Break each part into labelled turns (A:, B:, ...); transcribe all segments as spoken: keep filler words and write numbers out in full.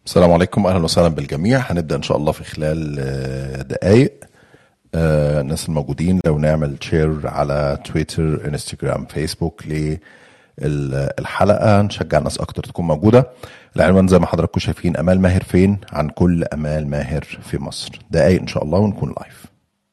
A: السلام عليكم، اهلا وسهلا بالجميع. هنبدا ان شاء الله في خلال آه، دقائق. آه، الناس الموجودين لو نعمل شير على تويتر، انستجرام، فيسبوك للحلقه، نشجع الناس اكتر تكون موجوده. العنوان زي ما حضراتكم شايفين، امال ماهر فين؟ عن كل امال ماهر في مصر. دقائق ان شاء الله ونكون لايف.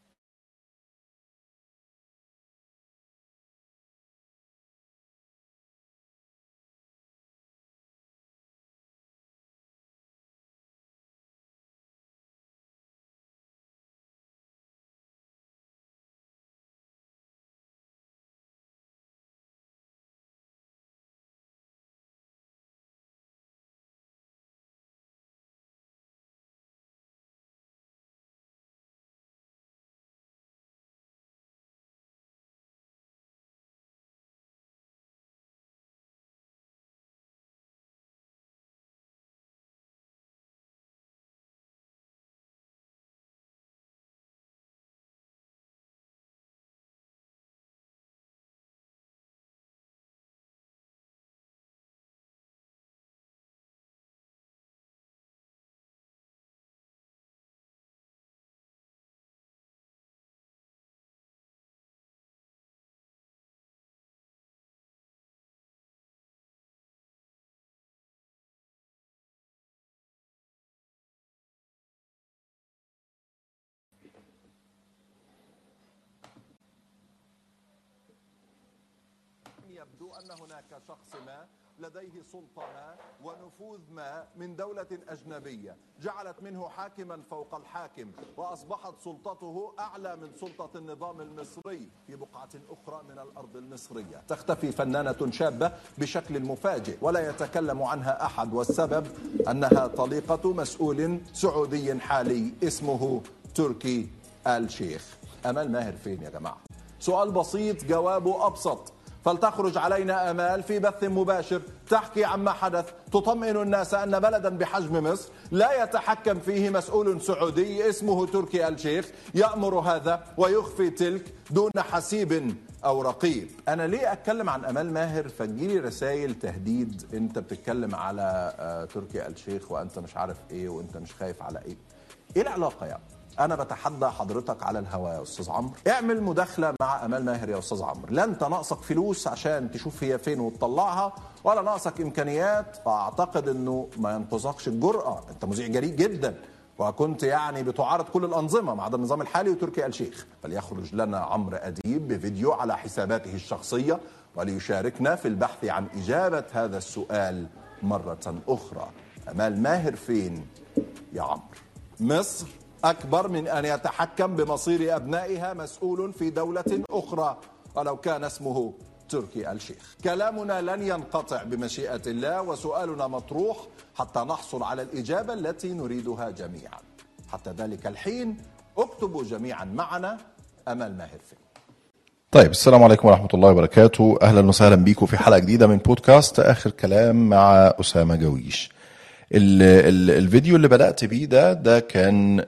B: يبدو أن هناك شخص ما لديه سلطة ما ونفوذ ما من دولة أجنبية جعلت منه حاكما فوق الحاكم، وأصبحت سلطته أعلى من سلطة النظام المصري في بقعة أخرى من الأرض المصرية. تختفي فنانة شابة بشكل مفاجئ ولا يتكلم عنها أحد، والسبب أنها طليقة مسؤول سعودي حالي اسمه تركي آل شيخ. أمال ماهر فين يا جماعة؟ سؤال بسيط جوابه أبسط. فلتخرج علينا أمال في بث مباشر تحكي عما حدث، تطمئن الناس أن بلدا بحجم مصر لا يتحكم فيه مسؤول سعودي اسمه تركي آل شيخ يأمر هذا ويخفي تلك دون حسيب أو رقيب. أنا ليه أتكلم عن أمال ماهر فتجيلي رسائل تهديد، أنت بتتكلم على تركي آل شيخ وأنت مش عارف إيه وأنت مش خايف على إيه؟ إيه العلاقة يعني؟ أنا بتحدى حضرتك على الهواء يا أستاذ عمرو، اعمل مداخلة مع أمال ماهر يا أستاذ عمرو. لا أنت ناقصك فلوس عشان تشوف هي فين وتطلعها، ولا ناقصك إمكانيات. أعتقد أنه ما ينقصكش الجرأة، أنت مذيع جريء جدا وكنت يعني بتعارض كل الأنظمة ما عدا النظام الحالي وتركي آل شيخ. فليخرج لنا عمرو أديب بفيديو على حساباته الشخصية وليشاركنا في البحث عن إجابة هذا السؤال مرة أخرى. أمال ماهر فين يا عمرو؟ مصر أكبر من أن يتحكم بمصير أبنائها مسؤول في دولة أخرى ولو كان اسمه تركي آل شيخ. كلامنا لن ينقطع بمشيئة الله، وسؤالنا مطروح حتى نحصل على الإجابة التي نريدها جميعا. حتى ذلك الحين اكتبوا جميعا معنا أمال ماهر فين.
A: طيب، السلام عليكم ورحمة الله وبركاته. أهلا وسهلا بيكم في حلقة جديدة من بودكاست آخر كلام مع أسامة جويش. ال ال الفيديو اللي بدأت بيه ده ده كان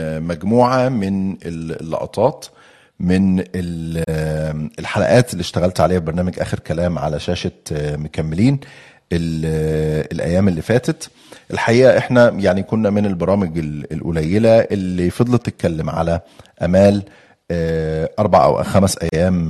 A: مجموعة من اللقطات من الحلقات اللي اشتغلت عليها في برنامج آخر كلام على شاشة مكملين الأيام اللي فاتت. الحقيقة احنا يعني كنا من البرامج القليلة اللي فضلت تتكلم على أمال أربع أو خمس أيام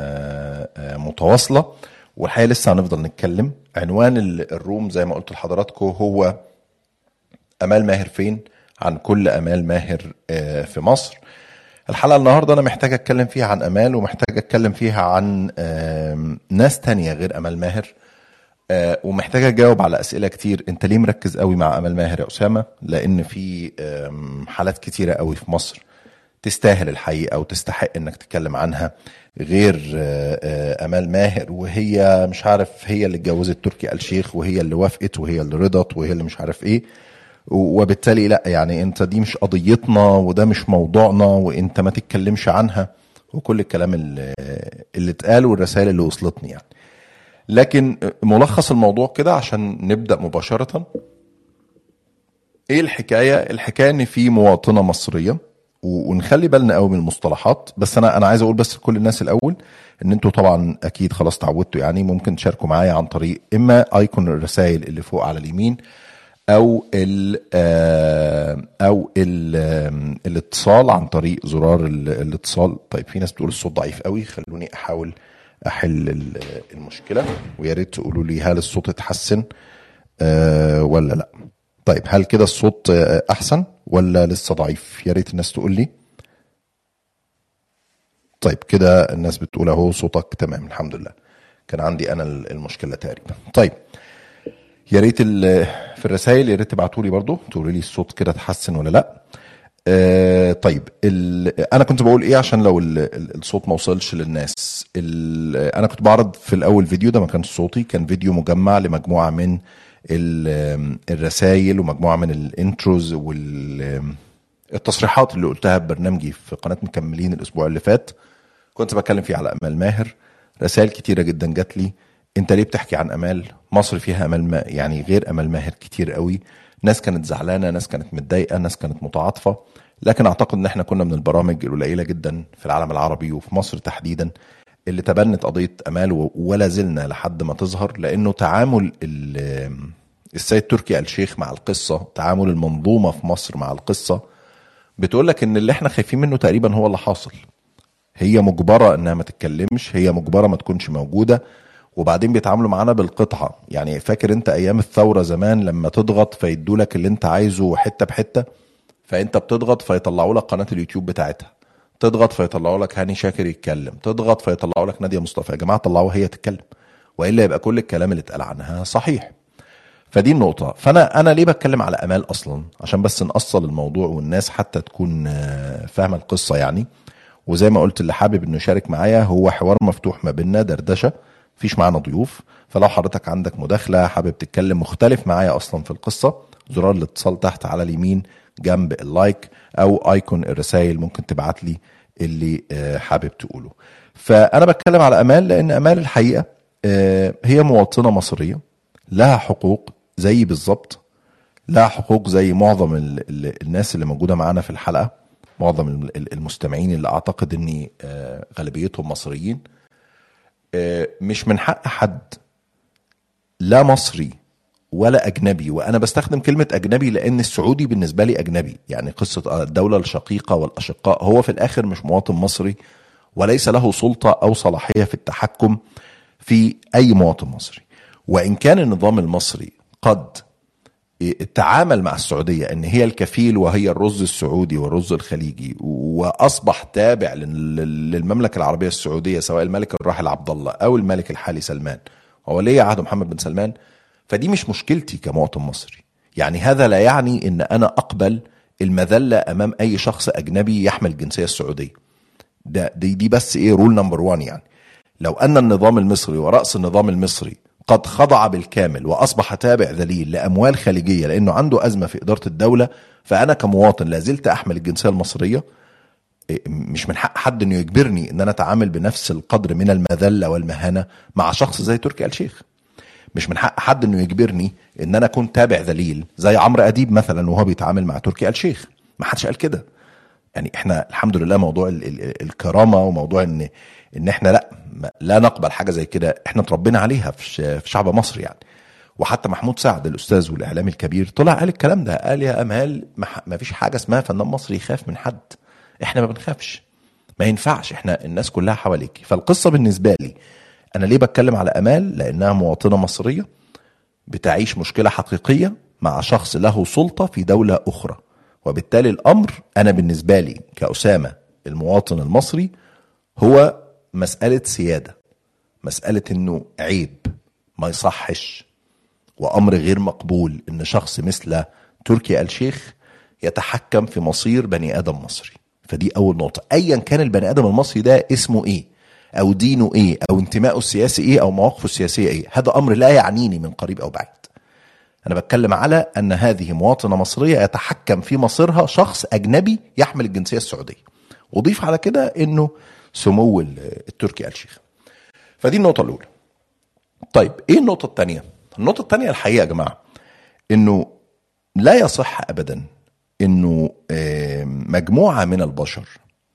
A: متواصلة، والحقيقة لسه هنفضل نتكلم. عنوان الروم زي ما قلت لحضراتكم هو أمال ماهر فين؟ عن كل أمال ماهر في مصر. الحلقة النهاردة أنا محتاج أتكلم فيها عن أمال، ومحتاج أتكلم فيها عن ناس تانية غير أمال ماهر، ومحتاج أجاوب على أسئلة كتير. أنت ليه مركز قوي مع أمال ماهر يا أسامة؟ لأن في حالات كتيرة قوي في مصر تستاهل الحقيقة أو تستحق أنك تتكلم عنها غير أمال ماهر، وهي مش عارف هي اللي اتجوزت تركي آل شيخ وهي اللي وافقت وهي اللي رضت وهي اللي مش عارف إيه، وبالتالي لا يعني أنت دي مش قضيتنا وده مش موضوعنا وأنت ما تتكلمش عنها، وكل الكلام اللي, اللي اتقال والرسائل اللي وصلتني يعني. لكن ملخص الموضوع كده عشان نبدأ مباشرة. إيه الحكاية؟ الحكاية إن في مواطنة مصرية، ونخلي بالنا قوي من المصطلحات. بس انا انا عايز اقول بس لكل الناس الاول ان انتوا طبعا اكيد خلاص تعودتوا، يعني ممكن تشاركوا معايا عن طريق اما ايكون الرسائل اللي فوق على اليمين او ال او ال الاتصال عن طريق زرار الاتصال. طيب في ناس بتقول الصوت ضعيف قوي، خلوني احاول احل المشكله، ويا ريت تقولوا لي هل الصوت اتحسن أه ولا لا. طيب هل كده الصوت احسن ولا لسه ضعيف؟ يا ريت الناس تقول لي. طيب كده الناس بتقول اهو صوتك تمام الحمد لله، كان عندي انا المشكله تقريبا. طيب يا ريت في الرسائل يا ريت تبعتوا لي برضو تقولوا لي الصوت كده اتحسن ولا لا. آه طيب انا كنت بقول ايه عشان لو الصوت ما وصلش للناس. انا كنت بعرض في الاول فيديو، ده ما كانش صوتي، كان فيديو مجمع لمجموعه من الرسائل ومجموعه من الانتروز والتصريحات اللي قلتها ببرنامجي في قناه مكملين الاسبوع اللي فات. كنت بتكلم فيه على امال ماهر. رسائل كتيره جدا جات لي، انت ليه بتحكي عن امال؟ مصر فيها امال ما يعني غير امال ماهر كتير قوي. ناس كانت زعلانه، ناس كانت متضايقه، ناس كانت متعاطفه، لكن اعتقد ان احنا كنا من البرامج القليله جدا في العالم العربي وفي مصر تحديدا اللي تبنت قضيه امال ولا زلنا لحد ما تظهر. لانه تعامل السيد تركي آل الشيخ مع القصه، تعامل المنظومه في مصر مع القصه، بتقول لك ان اللي احنا خايفين منه تقريبا هو اللي حاصل. هي مجبره انها ما تتكلمش، هي مجبره ما تكونش موجوده، وبعدين بيتعاملوا معانا بالقطعه. يعني فاكر انت ايام الثوره زمان لما تضغط فيدوا لك اللي انت عايزه حته بحته؟ فانت بتضغط فيطلعوا لك قناه اليوتيوب بتاعتها، تضغط فيطلعوا لك هاني شاكر يتكلم، تضغط فيطلعوا لك ناديه مصطفى. يا جماعه طلعوها هي تتكلم، والا يبقى كل الكلام اللي اتقال عنها صحيح. فدي النقطه. فانا انا ليه بتكلم على امال اصلا؟ عشان بس نأصل الموضوع والناس حتى تكون فاهمه القصه يعني. وزي ما قلت، اللي حابب انه يشارك معايا هو حوار مفتوح ما بيننا، دردشه، مفيش معانا ضيوف. فلو حضرتك عندك مداخله، حابب تتكلم، مختلف معايا اصلا في القصه، زرار الاتصال تحت على اليمين جنب اللايك او ايكون الرسائل، ممكن تبعت لي اللي حابب تقوله. فانا بتكلم على امال لان امال الحقيقه هي مواطنه مصريه لها حقوق زي بالظبط، لها حقوق زي معظم الناس اللي موجوده معانا في الحلقه، معظم المستمعين اللي اعتقد اني غالبيتهم مصريين. مش من حق حد لا مصري ولا اجنبي، وانا بستخدم كلمه اجنبي لان السعودي بالنسبه لي اجنبي، يعني قصه الدوله الشقيقه والاشقاء، هو في الاخر مش مواطن مصري وليس له سلطه او صلاحيه في التحكم في اي مواطن مصري. وان كان النظام المصري قد التعامل مع السعودية ان هي الكفيل وهي الرز السعودي والرز الخليجي، واصبح تابع للمملكة العربية السعودية سواء الملك الراحل عبد الله او الملك الحالي سلمان وولي عهد محمد بن سلمان، فدي مش مشكلتي كمواطن مصري. يعني هذا لا يعني ان انا اقبل المذلة امام اي شخص اجنبي يحمل الجنسية السعودية. ده دي, دي بس ايه رول نمبر وان. يعني لو ان النظام المصري ورأس النظام المصري قد خضع بالكامل وأصبح تابع ذليل لأموال خليجية لأنه عنده أزمة في إدارة الدولة، فأنا كمواطن لازلت أحمل الجنسية المصرية. مش من حق حد أنه يجبرني أن أنا أتعامل بنفس القدر من المذلة والمهانة مع شخص زي تركي آل الشيخ. مش من حق حد أنه يجبرني أن أنا أكون تابع ذليل زي عمرو أديب مثلا وهو بيتعامل مع تركي آل الشيخ. ما حدش قال كده. يعني احنا الحمد لله موضوع ال ال الكرامة وموضوع ان ان احنا لا لا نقبل حاجه زي كده، احنا اتربينا عليها في في شعب مصر يعني. وحتى محمود سعد الاستاذ والاعلامي الكبير طلع قال الكلام ده، قال يا امال ما فيش حاجه اسمها فنان مصري يخاف من حد، احنا ما بنخافش، ما ينفعش، احنا الناس كلها حواليك. فالقصه بالنسبه لي انا ليه بتكلم على امال؟ لانها مواطنه مصريه بتعيش مشكله حقيقيه مع شخص له سلطه في دوله اخرى، وبالتالي الامر انا بالنسبه لي كأسامة المواطن المصري هو مسألة سيادة، مسألة انه عيب، ما يصحش، وامر غير مقبول ان شخص مثل تركي آل الشيخ يتحكم في مصير بني ادم مصري. فدي اول نقطة. ايا كان البني ادم المصري ده اسمه ايه او دينه ايه او انتمائه السياسي ايه او مواقفه السياسية ايه، هذا امر لا يعنيني من قريب او بعيد. انا بتكلم على ان هذه مواطنة مصرية يتحكم في مصيرها شخص اجنبي يحمل الجنسية السعودية، وضيف على كده انه سمو التركي آل الشيخ. فدي النقطة الاولى. طيب ايه النقطة الثانية؟ النقطة الثانية الحقيقة يا جماعة انه لا يصح ابدا انه مجموعة من البشر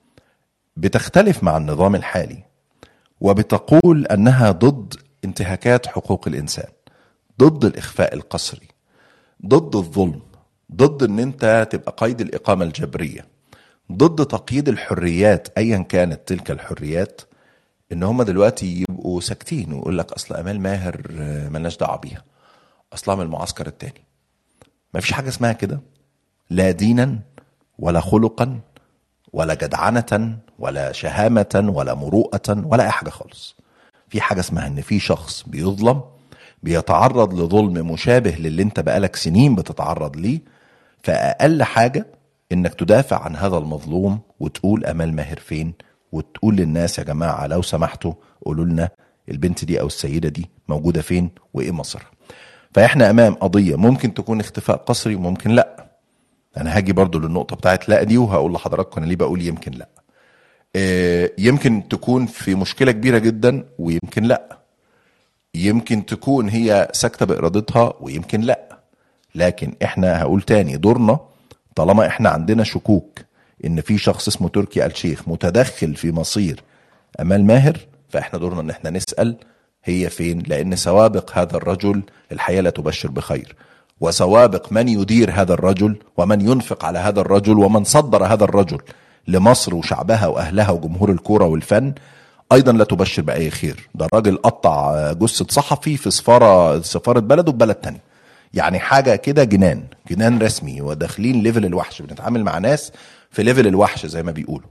A: بتختلف مع النظام الحالي وبتقول انها ضد انتهاكات حقوق الانسان، ضد الاخفاء القسري، ضد الظلم، ضد ان انت تبقى قيد الاقامة الجبرية، ضد تقييد الحريات ايا كانت تلك الحريات، ان هم دلوقتي يبقوا ساكتين ويقول لك اصل امال ماهر ملناش دعوه بيها، اصلها من المعسكر التاني. ما فيش حاجه اسمها كده، لا دينا ولا خلقا ولا جدعنه ولا شهامه ولا مروءه ولا اي حاجه خالص. في حاجه اسمها ان في شخص بيظلم، بيتعرض لظلم مشابه للي انت بقالك سنين بتتعرض ليه، فاقل حاجه انك تدافع عن هذا المظلوم وتقول امال ماهر فين، وتقول للناس يا جماعه لو سمحتوا قولوا لنا البنت دي او السيده دي موجوده فين وايه مصيرها. فاحنا امام قضيه ممكن تكون اختفاء قسري وممكن لا. انا هاجي برضو للنقطه بتاعت لا دي وهقول لحضراتكم انا ليه بقول يمكن لا. إيه، يمكن تكون في مشكله كبيره جدا ويمكن لا، يمكن تكون هي ساكته بارادتها ويمكن لا. لكن احنا هقول تاني دورنا طالما احنا عندنا شكوك ان في شخص اسمه تركي آل شيخ متدخل في مصير امال ماهر، فاحنا دورنا ان احنا نسأل هي فين، لان سوابق هذا الرجل الحياة لا تبشر بخير، وسوابق من يدير هذا الرجل ومن ينفق على هذا الرجل ومن صدر هذا الرجل لمصر وشعبها واهلها وجمهور الكورة والفن ايضا لا تبشر باي خير. ده الراجل قطع جثة صحفي في سفارة سفارة بلده ببلد تاني، يعني حاجة كده جنان جنان رسمي، وداخلين ليفل الوحش، بنتعامل مع ناس في ليفل الوحش زي ما بيقولوا.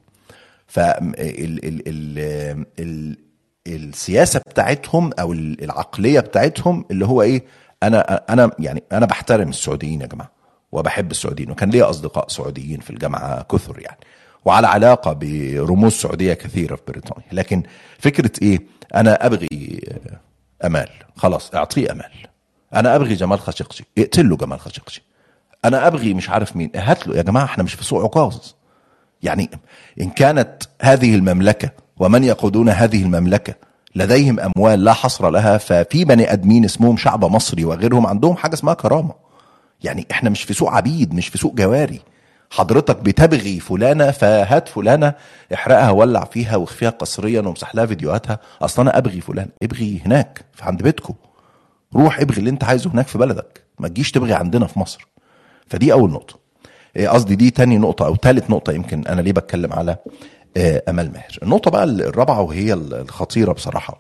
A: فال السياسة بتاعتهم او العقلية بتاعتهم اللي هو ايه، انا انا يعني انا بحترم السعوديين يا جماعة وبحب السعوديين، وكان لي اصدقاء سعوديين في الجامعة كثر يعني، وعلى علاقة برموز سعودية كثيرة في بريطانيا. لكن فكرة ايه، انا ابغي امال خلاص اعطيه امال، انا ابغي جمال خاشقجي اقتل له جمال خاشقجي، انا ابغي مش عارف مين هات له. يا جماعه احنا مش في سوق عكاظ. يعني ان كانت هذه المملكه ومن يقودون هذه المملكه لديهم اموال لا حصر لها، ففي بني ادمين اسمهم شعب مصري وغيرهم عندهم حاجه اسمها كرامه. يعني احنا مش في سوق عبيد، مش في سوق جواري. حضرتك بتبغي فلانه فهات فلانه احرقها ولع فيها واخفيها قسريا وامسح لها فيديوهاتها. اصلا انا ابغي فلان، ابغي هناك في عند بيتكم، روح ابغي اللي انت عايزه هناك في بلدك، ما تجيش تبغي عندنا في مصر. فدي اول نقطه. قصدي دي تاني نقطه او ثالث نقطه يمكن انا ليه بتكلم على امال ماهر. النقطه بقى الرابعه وهي الخطيره بصراحه،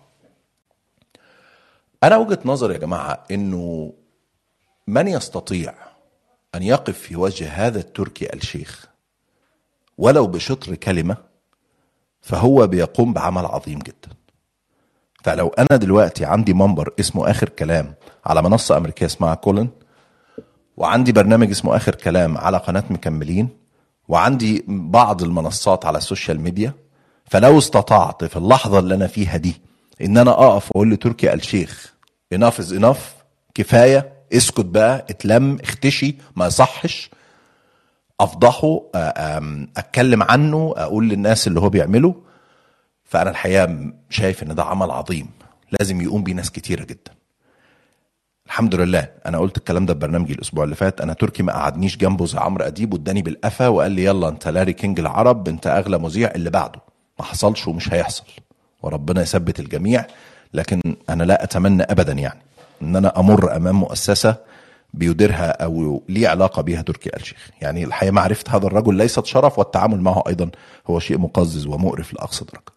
A: انا وجهه نظري يا جماعه انه من يستطيع ان يقف في وجه هذا التركي آل شيخ ولو بشطر كلمه فهو بيقوم بعمل عظيم جدا. فلو انا دلوقتي عندي منبر اسمه اخر كلام على منصه امريكيه اسمها كولن، وعندي برنامج اسمه اخر كلام على قناه مكملين، وعندي بعض المنصات على السوشيال ميديا، فلو استطعت في اللحظه اللي انا فيها دي ان انا اقف واقول لتركي آل شيخ enough is enough، كفايه، اسكت بقى، اتلم، اختشي، ما يصحش، افضحه، اتكلم عنه، اقول للناس اللي هو بيعمله، فانا الحقيقه شايف ان ده عمل عظيم لازم يقوم بيه ناس كتيره جدا. الحمد لله انا قلت الكلام ده في برنامجي الاسبوع اللي فات، انا تركي ما قعدنيش جنبه زي عمرو اديب واداني بالقفا وقال لي يلا انت لاري كينج العرب، انت اغلى مذيع اللي بعده. ما حصلش ومش هيحصل، وربنا يثبت الجميع. لكن انا لا اتمنى ابدا يعني ان انا امر امام مؤسسه بيديرها او ليه علاقه بيها تركي آل شيخ. يعني الحقيقه معرفه هذا الرجل ليست شرف، والتعامل معه ايضا هو شيء مقزز ومقرف لاقصى درجه.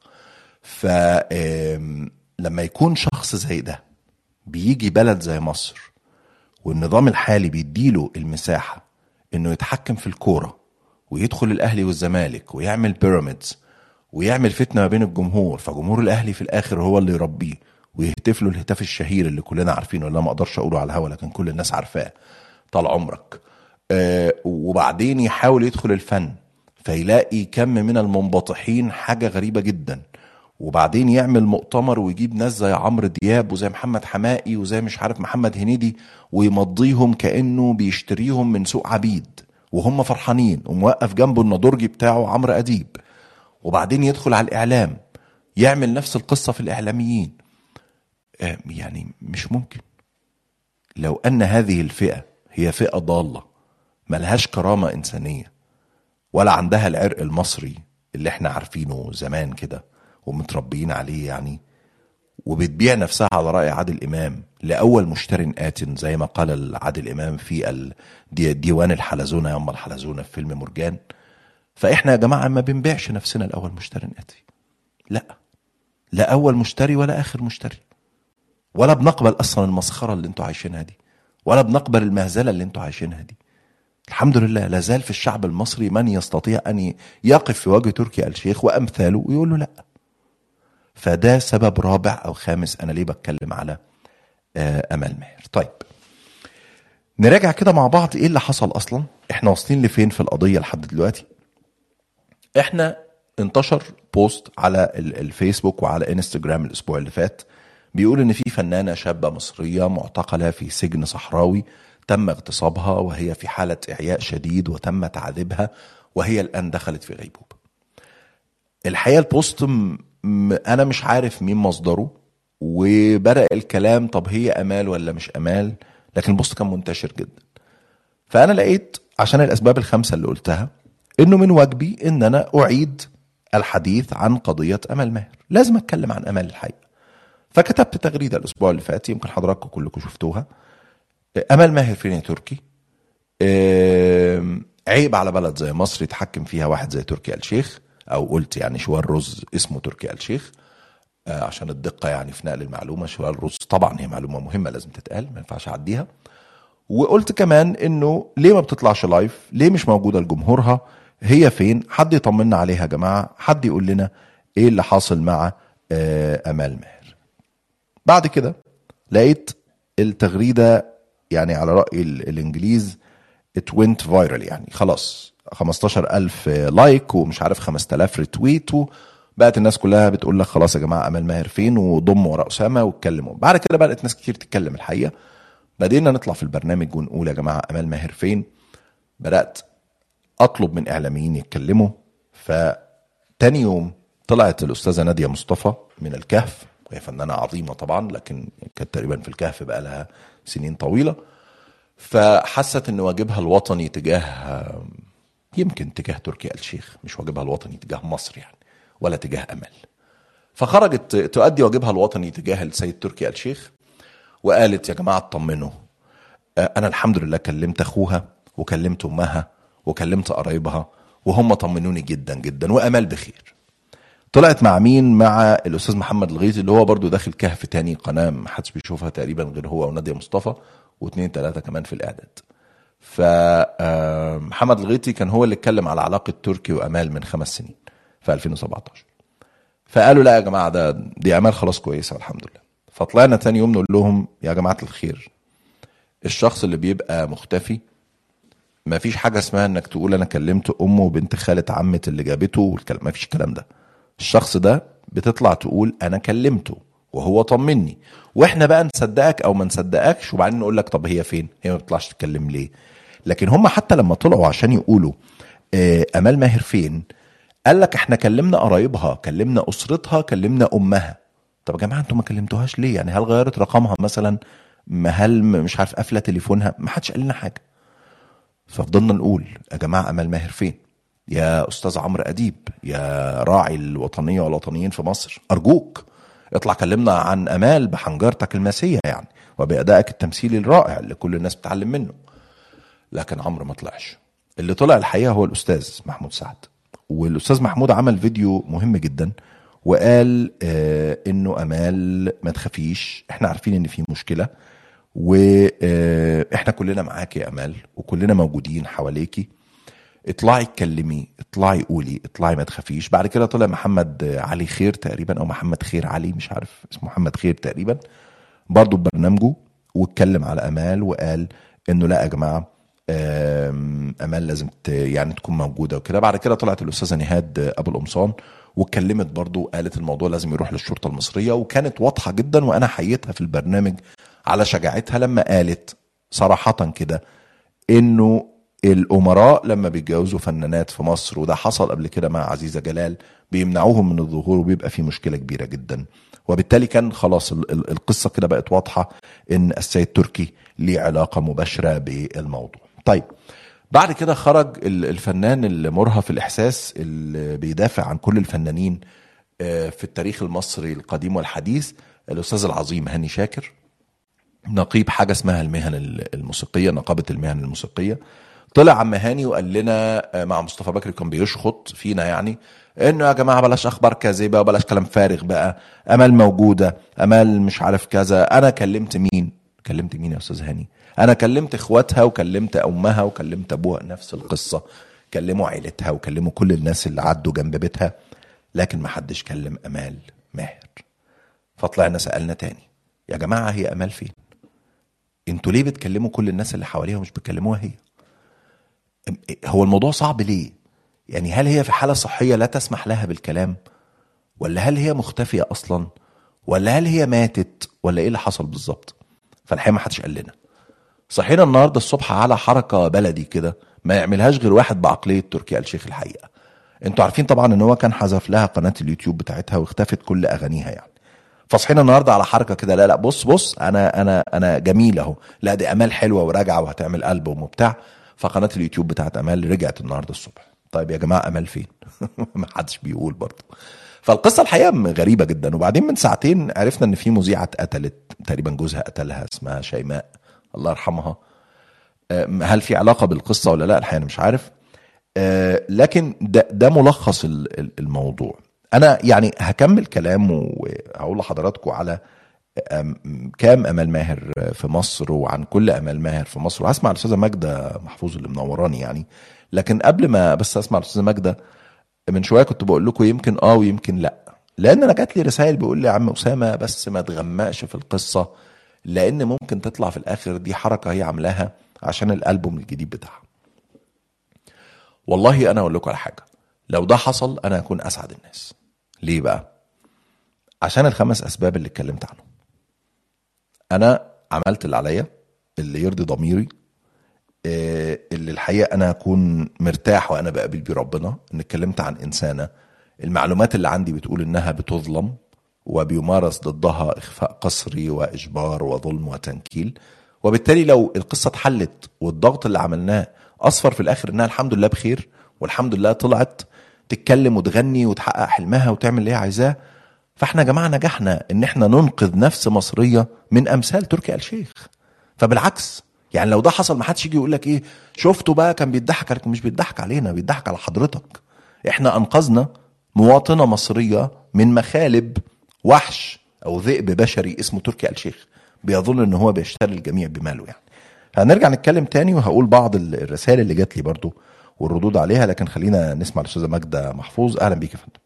A: فلما يكون شخص زي ده بيجي بلد زي مصر والنظام الحالي بيديله المساحة انه يتحكم في الكورة ويدخل الاهلي والزمالك ويعمل بيراميدز ويعمل فتنة ما بين الجمهور، فجمهور الاهلي في الاخر هو اللي يربيه ويهتف له الهتاف الشهير اللي كلنا عارفينه، اللي ما اقدرش اقوله على الهوا لكن كل الناس عارفاه، طال عمرك. آه وبعدين يحاول يدخل الفن فيلاقي كم من المنبطحين، حاجة غريبة جدا، وبعدين يعمل مؤتمر ويجيب ناس زي عمرو دياب وزي محمد حمائي وزي مش عارف محمد هنيدي ويمضيهم كأنه بيشتريهم من سوق عبيد وهم فرحانين، وموقف جنبه النضورجي بتاعه عمرو أديب. وبعدين يدخل على الإعلام يعمل نفس القصة في الإعلاميين. يعني مش ممكن. لو أن هذه الفئة هي فئة ضالة ملهاش كرامة إنسانية ولا عندها العرق المصري اللي احنا عارفينه زمان كده ومتربيين عليه يعني، وبتبيع نفسها على رأي عادل إمام لأول مشتر آت، زي ما قال عادل إمام في ال- دي- ديوان الحلزونة يوم الحلزونة في فيلم مرجان. فإحنا يا جماعة ما بنبيعش نفسنا لأول مشتر آتي، لا، لا أول مشتري ولا آخر مشتري، ولا بنقبل أصلا المسخرة اللي انتوا عايشينها دي، ولا بنقبل المهزلة اللي انتوا عايشينها دي. الحمد لله لازال في الشعب المصري من يستطيع أن يقف في وجه تركي آل الشيخ وأمثاله ويقول له لا. فده سبب رابع أو خامس أنا ليه بتكلم على آه، أمال ماهر. طيب نراجع كده مع بعض إيه اللي حصل أصلا، إحنا واصلين لفين في القضية لحد دلوقتي. إحنا انتشر بوست على ال- الفيسبوك وعلى انستجرام الأسبوع اللي فات بيقول إن في فنانة شابة مصرية معتقلة في سجن صحراوي تم اغتصابها وهي في حالة إعياء شديد وتم تعذيبها وهي الآن دخلت في غيبوبة. الحقيقة البوست م... م... أنا مش عارف مين مصدره، وبدأ الكلام طب هي أمال ولا مش أمال، لكن البوست كان منتشر جدا. فأنا لقيت عشان الأسباب الخمسة اللي قلتها إنه من واجبي إن أنا أعيد الحديث عن قضية أمال ماهر، لازم أتكلم عن أمال الحقيقة. فكتبت تغريدة الأسبوع اللي فات يمكن حضراتكم كلكم شفتوها، أمال ماهر فين يا تركي؟ آم، عيب على بلد زي مصر يتحكم فيها واحد زي تركي آل الشيخ، او قلت يعني شوال رز اسمه تركي آل الشيخ آه، عشان الدقه يعني في نقل المعلومه. شوال رز طبعا هي معلومه مهمه لازم تتقال، ما ينفعش اعديها. وقلت كمان انه ليه ما بتطلعش لايف، ليه مش موجوده لجمهورها، هي فين؟ حد يطمنا عليها يا جماعه، حد يقول لنا ايه اللي حاصل مع آه، امال ماهر. بعد كده لقيت التغريده يعني على راي ال- الانجليز it went viral، يعني خلاص خمستاشر ألف لايك ومش عارف خمسة آلاف ريتويت، وبقت الناس كلها بتقول لك خلاص يا جماعه امال ماهر فين، وضموا ورا اسامه واتكلموا. بعد كده بدات ناس كتير تتكلم الحقيقه، بدينا نطلع في البرنامج ونقول يا جماعه امال ماهر فين. بدات اطلب من اعلاميين يتكلموا. فتاني يوم طلعت الاستاذه ناديه مصطفى من الكهف، وهي فنانه عظيمه طبعا لكن كانت تقريبا في الكهف بقى لها سنين طويله. فحست ان واجبها الوطني تجاه، يمكن تجاه تركي آل الشيخ، مش واجبها الوطني تجاه مصر يعني ولا تجاه امل. فخرجت تؤدي واجبها الوطني تجاه السيد تركي آل الشيخ وقالت يا جماعه اطمنوا، انا الحمد لله كلمت اخوها وكلمت امها وكلمت قرايبها وهم طمنوني جدا جدا وامال بخير. طلعت مع مين؟ مع الاستاذ محمد الغيثي اللي هو برضو داخل كهف تاني، قناه ما حدش بيشوفها تقريبا غير هو وناديه مصطفى واثنين ثلاثه كمان في الاعداد. فمحمد الغيثي كان هو اللي اتكلم على علاقه تركي وامال من خمس سنين في ألفين وسبعتاشر. فقالوا لا يا جماعه ده دي امال خلاص كويسه والحمد لله. فطلعنا تاني يوم نقول لهم يا جماعه الخير، الشخص اللي بيبقى مختفي ما فيش حاجه اسمها انك تقول انا كلمت امه وبنت خاله عمه اللي جابته والكلام، ما فيش الكلام ده. الشخص ده بتطلع تقول انا كلمته وهو طمني، واحنا بقى نصدقك او ما نصدقكش وبعدين نقول لك طب هي فين، هي ما بتطلعش تتكلم ليه. لكن هم حتى لما طلعوا عشان يقولوا آه، امال ماهر فين، قال لك احنا كلمنا قرايبها، كلمنا اسرتها، كلمنا امها. طب يا جماعه انتوا ما كلمتوهاش ليه؟ يعني هل غيرت رقمها مثلا؟ ما هل مش عارف قافله تليفونها؟ ما حدش قال لنا حاجه. ففضلنا نقول يا جماعه امال ماهر فين؟ يا استاذ عمرو اديب، يا راعي الوطنيه والوطنيين في مصر، ارجوك اطلع كلمنا عن امال بحنجرتك الماسيه يعني وبادائك التمثيلي الرائع اللي كل الناس بتتعلم منه. لكن عمرو ما طلعش. اللي طلع الحقيقه هو الاستاذ محمود سعد، والاستاذ محمود عمل فيديو مهم جدا وقال آه انه امال ما تخافيش، احنا عارفين ان في مشكله واحنا كلنا معاك يا امال وكلنا موجودين حواليكي، اطلعي اتكلمي، اطلعي قولي، اطلعي ما تخافيش. بعد كده طلع محمد علي خير تقريبا او محمد خير علي مش عارف اسمه، محمد خير تقريبا، برضو ببرنامجه واتكلم على امال وقال انه لا يا جماعه آم، امال لازم ت- يعني تكون موجوده وكده. بعد كده طلعت الاستاذه نهاد ابو القمصان واتكلمت برضو، قالت الموضوع لازم يروح للشرطه المصريه، وكانت واضحه جدا وانا حييتها في البرنامج على شجاعتها لما قالت صراحه كده انه الامراء لما بيتجوزوا فنانات في مصر، وده حصل قبل كده مع عزيزه جلال، بيمنعوهم من الظهور وبيبقى في مشكله كبيره جدا. وبالتالي كان خلاص ال- ال- القصه كده بقت واضحه ان السيد تركي ليه علاقه مباشره بالموضوع. طيب بعد كده خرج ال- الفنان المرهف الاحساس اللي بيدافع عن كل الفنانين آه، في التاريخ المصري القديم والحديث، الأستاذ العظيم هاني شاكر، نقيب حاجة اسمها المهن الموسيقية، نقابة المهن الموسيقية. طلع عم هاني وقال لنا مع مصطفى بكري، كان بيشخط فينا يعني، انه يا جماعة بلاش اخبار كاذبة وبلاش كلام فارغ بقى، امال موجودة، امال مش عارف كذا. انا كلمت مين؟ كلمت مين يا استاذ هاني؟ انا كلمت اخواتها وكلمت امها وكلمت ابوها، نفس القصة، كلموا عيلتها وكلموا كل الناس اللي عدوا جنب بيتها، لكن ما حدش كلم امال ماهر. فطلعنا سألنا تاني، يا جماعة هي امال فين؟ انتوا ليه بتكلموا كل الناس اللي حواليها ومش بتكلموها هي؟ هو الموضوع صعب ليه؟ يعني هل هي في حالة صحية لا تسمح لها بالكلام، ولا هل هي مختفية اصلا، ولا هل هي ماتت، ولا ايه اللي حصل بالظبط؟ فالحقيقة ما حدش قال لنا. صحينا النهاردة الصبح على حركة بلدي كده ما يعملهاش غير واحد بعقلية تركي آل الشيخ. الحقيقة انتوا عارفين طبعا ان هو كان حذف لها قناة اليوتيوب بتاعتها واختفت كل اغانيها يعني. فصحينا النهارده على حركه كده، لا لا بص بص انا انا انا جميل اهو، لا دي امال حلوه وراجعه وهتعمل البوم وبتاع. فقناه اليوتيوب بتاعت امال رجعت النهارده الصبح. طيب يا جماعه امال فين؟ ما حدش بيقول برضه. فالقصه الحقيقه غريبه جدا. وبعدين من ساعتين عرفنا ان في مذيعه اتقتلت، تقريبا جوزها قتلها، اسمها شيماء الله يرحمها. هل في علاقه بالقصه ولا لا؟ الحقيقه انا مش عارف. لكن ده ده ملخص الموضوع. انا يعني هكمل كلام وهقول لحضراتكم على كام امال ماهر في مصر وعن كل امال ماهر في مصر، وهسمع الاستاذه ماجده محفوظ اللي منوراني يعني. لكن قبل ما بس اسمع الاستاذه ماجده، من شويه كنت بقول لكم يمكن اه ويمكن لا، لان انا جات لي رسائل بيقول لي يا عم اسامه بس ما تغمقش في القصه، لان ممكن تطلع في الاخر دي حركه هي عاملاها عشان الالبوم الجديد بتاعها. والله انا اقول لكم على حاجه، لو ده حصل انا هكون اسعد الناس. ليه بقى؟ عشان الخمس اسباب اللي اتكلمت عنهم. انا عملت اللي عليا، اللي يرضي ضميري، اللي الحقيقه انا اكون مرتاح وانا بقابل بيه ربنا، ان اتكلمت عن انسانه المعلومات اللي عندي بتقول انها بتظلم وبيمارس ضدها اخفاء قسري واجبار وظلم وتنكيل. وبالتالي لو القصه اتحلت والضغط اللي عملناه اصفر في الاخر انها الحمد لله بخير، والحمد لله طلعت تتكلم وتغني وتحقق حلمها وتعمل اللي هي عايزاه، فاحنا يا جماعه نجحنا ان احنا ننقذ نفس مصريه من امثال تركي آل الشيخ. فبالعكس يعني لو ده حصل ما حدش يجي يقول لك ايه شفتوا بقى كان بيضحك عليكم. مش بيضحك علينا، بيضحك على حضرتك. احنا انقذنا مواطنه مصريه من مخالب وحش او ذئب بشري اسمه تركي آل الشيخ بيظن ان هو بيشتري الجميع بماله يعني. هنرجع نتكلم تاني وهقول بعض الرسائل اللي جات لي برضو والردود عليها، لكن خلينا نسمع الاستاذه ماجده محفوظ. اهلا بيك يا فندم.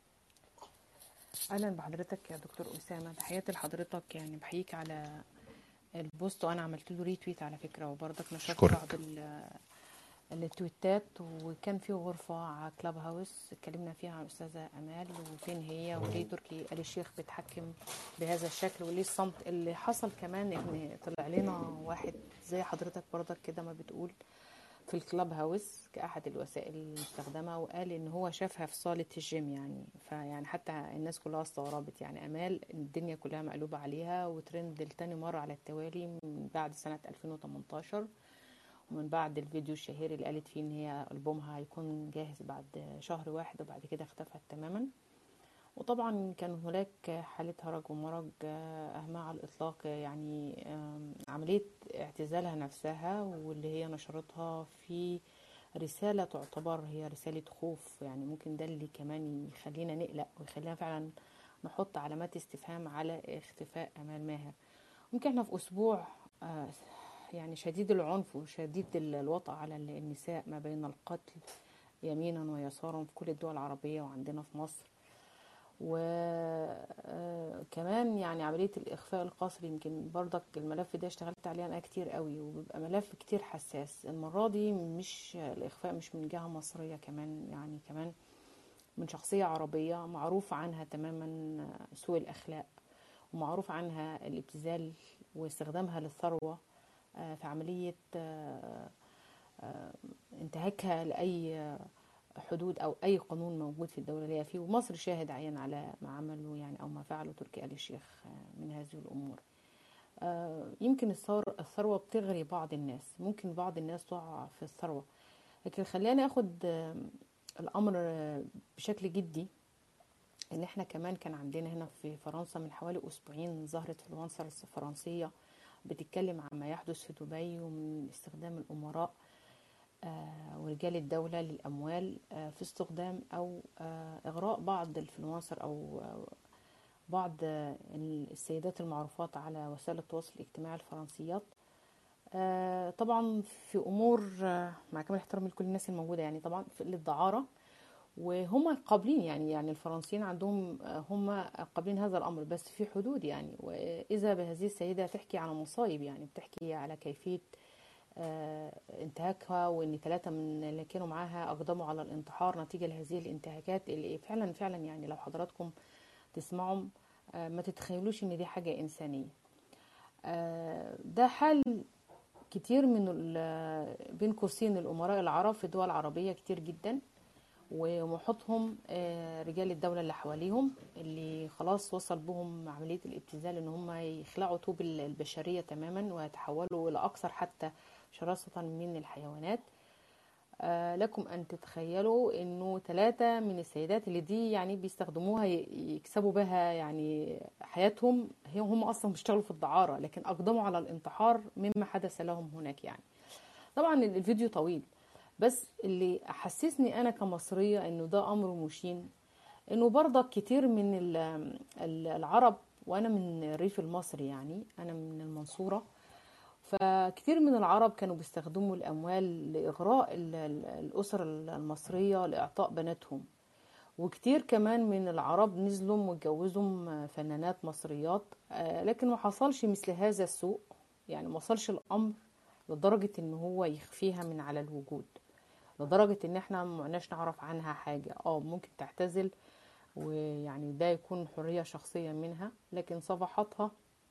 C: اهلا بحضرتك يا دكتور اسامه، تحياتي لحضرتك. يعني بحييك على البوست، وانا عملت له ريتويت على فكره، وبرضك نشرت بعض التويتات، وكان في غرفه على كلاب هاوس اتكلمنا فيها عن الاستاذه امال وفين هي وليه تركي آل الشيخ بيتحكم بهذا الشكل وليه الصمت اللي حصل. كمان ان طلع لنا واحد زي حضرتك برضك كده ما بتقول في الكلاب هاوس كأحد الوسائل المستخدمة، وقال ان هو شافها في صالة الجيم يعني. فيعني حتى الناس كلها استغربت، يعني امال الدنيا كلها مقلوبة عليها وترند لتاني مرة على التوالي من بعد سنة ألفين وتمنتاشر، ومن بعد الفيديو الشهير اللي قالت فيه ان هي ألبومها هيكون جاهز بعد شهر واحد، وبعد كده اختفت تماما. وطبعا كان هناك حالة هرج ومرج أهمها على الإطلاق، يعني عملية اعتزالها نفسها واللي هي نشرتها في رسالة تعتبر هي رسالة خوف. يعني ممكن ده اللي كمان يخلينا نقلق ويخلينا فعلا نحط علامات استفهام على اختفاء أمال ماهر. ممكن احنا في أسبوع يعني شديد العنف وشديد الوطأ على النساء ما بين القتل يمينا ويسارا في كل الدول العربية وعندنا في مصر. وكمان يعني عملية الإخفاء القسري يمكن برضك الملف ده اشتغلت عليه أنا كتير قوي، وبيبقى ملف كتير حساس. المرة دي مش الإخفاء مش من جهة مصرية، كمان يعني كمان من شخصية عربية معروف عنها تماما سوء الأخلاق، ومعروف عنها الابتذال واستخدامها للثروة في عملية انتهاكها لأي حدود او اي قانون موجود في الدوله اللي هي فيه. ومصر شاهد عين على ما عمله يعني او ما فعله تركي آل الشيخ من هذه الامور. يمكن الثروه بتغري بعض الناس، ممكن بعض الناس تقع في الثروه، لكن خلينا ناخد الامر بشكل جدي. ان احنا كمان كان عندنا هنا في فرنسا من حوالي اسبوعين ظهرت انفلونسر فرنسيه بتتكلم عن ما يحدث في دبي ومن استخدام الامراء آه، ورجال الدوله للاموال آه، في استخدام او آه، اغراء بعض الانفلونسر او آه، بعض آه، السيدات المعروفات على وسائل التواصل الاجتماعي الفرنسيات. آه، طبعا في امور آه، مع كامل احترامي لكل الناس الموجوده، يعني طبعا في للدعاره، وهم قابلين يعني يعني الفرنسيين عندهم آه، هم قابلين هذا الامر بس في حدود يعني. واذا بهذه السيده تحكي عن مصايب، يعني بتحكي على كيفيه آه، انتهاكها، وان ثلاثه من اللي كانوا معاها اقدموا على الانتحار نتيجه لهذه الانتهاكات اللي فعلا فعلا يعني لو حضراتكم تسمعوا آه، ما تتخيلوش ان دي حاجه انسانيه. آه، ده حال كتير من ال- بين قوسين الامراء العرب في دول عربيه كتير جدا، ومحيطهم آه، رجال الدولة اللي حواليهم اللي خلاص وصل بهم عملية الابتذال ان هم يخلعوا طوب البشرية تماما ويتحولوا الى اكثر حتى شراسة من الحيوانات. آه، لكم ان تتخيلوا انه ثلاثة من السيدات اللي دي يعني بيستخدموها ي- يكسبوا بها يعني حياتهم، هي هم اصلا بيشتغلوا في الدعارة لكن اقدموا على الانتحار مما حدث لهم هناك يعني. طبعا الفيديو طويل، بس اللي حسسني انا كمصرية انه ده امر مشين انه برضك كتير من ال- ال- العرب، وانا من الريف المصري يعني انا من المنصورة، فكتير من العرب كانوا بيستخدموا الاموال لاغراء ال- ال- الاسر المصرية لاعطاء بناتهم. وكتير كمان من العرب نزلوا واتجوزوا فنانات مصريات، آه، لكن ما حصلش مثل هذا السوء، يعني ما وصلش الامر لدرجة ان هو يخفيها من على الوجود، لدرجة ان احنا معناش نعرف عنها حاجة. اه ممكن تعتزل ويعني ده يكون حرية شخصية منها، لكن صفحاتها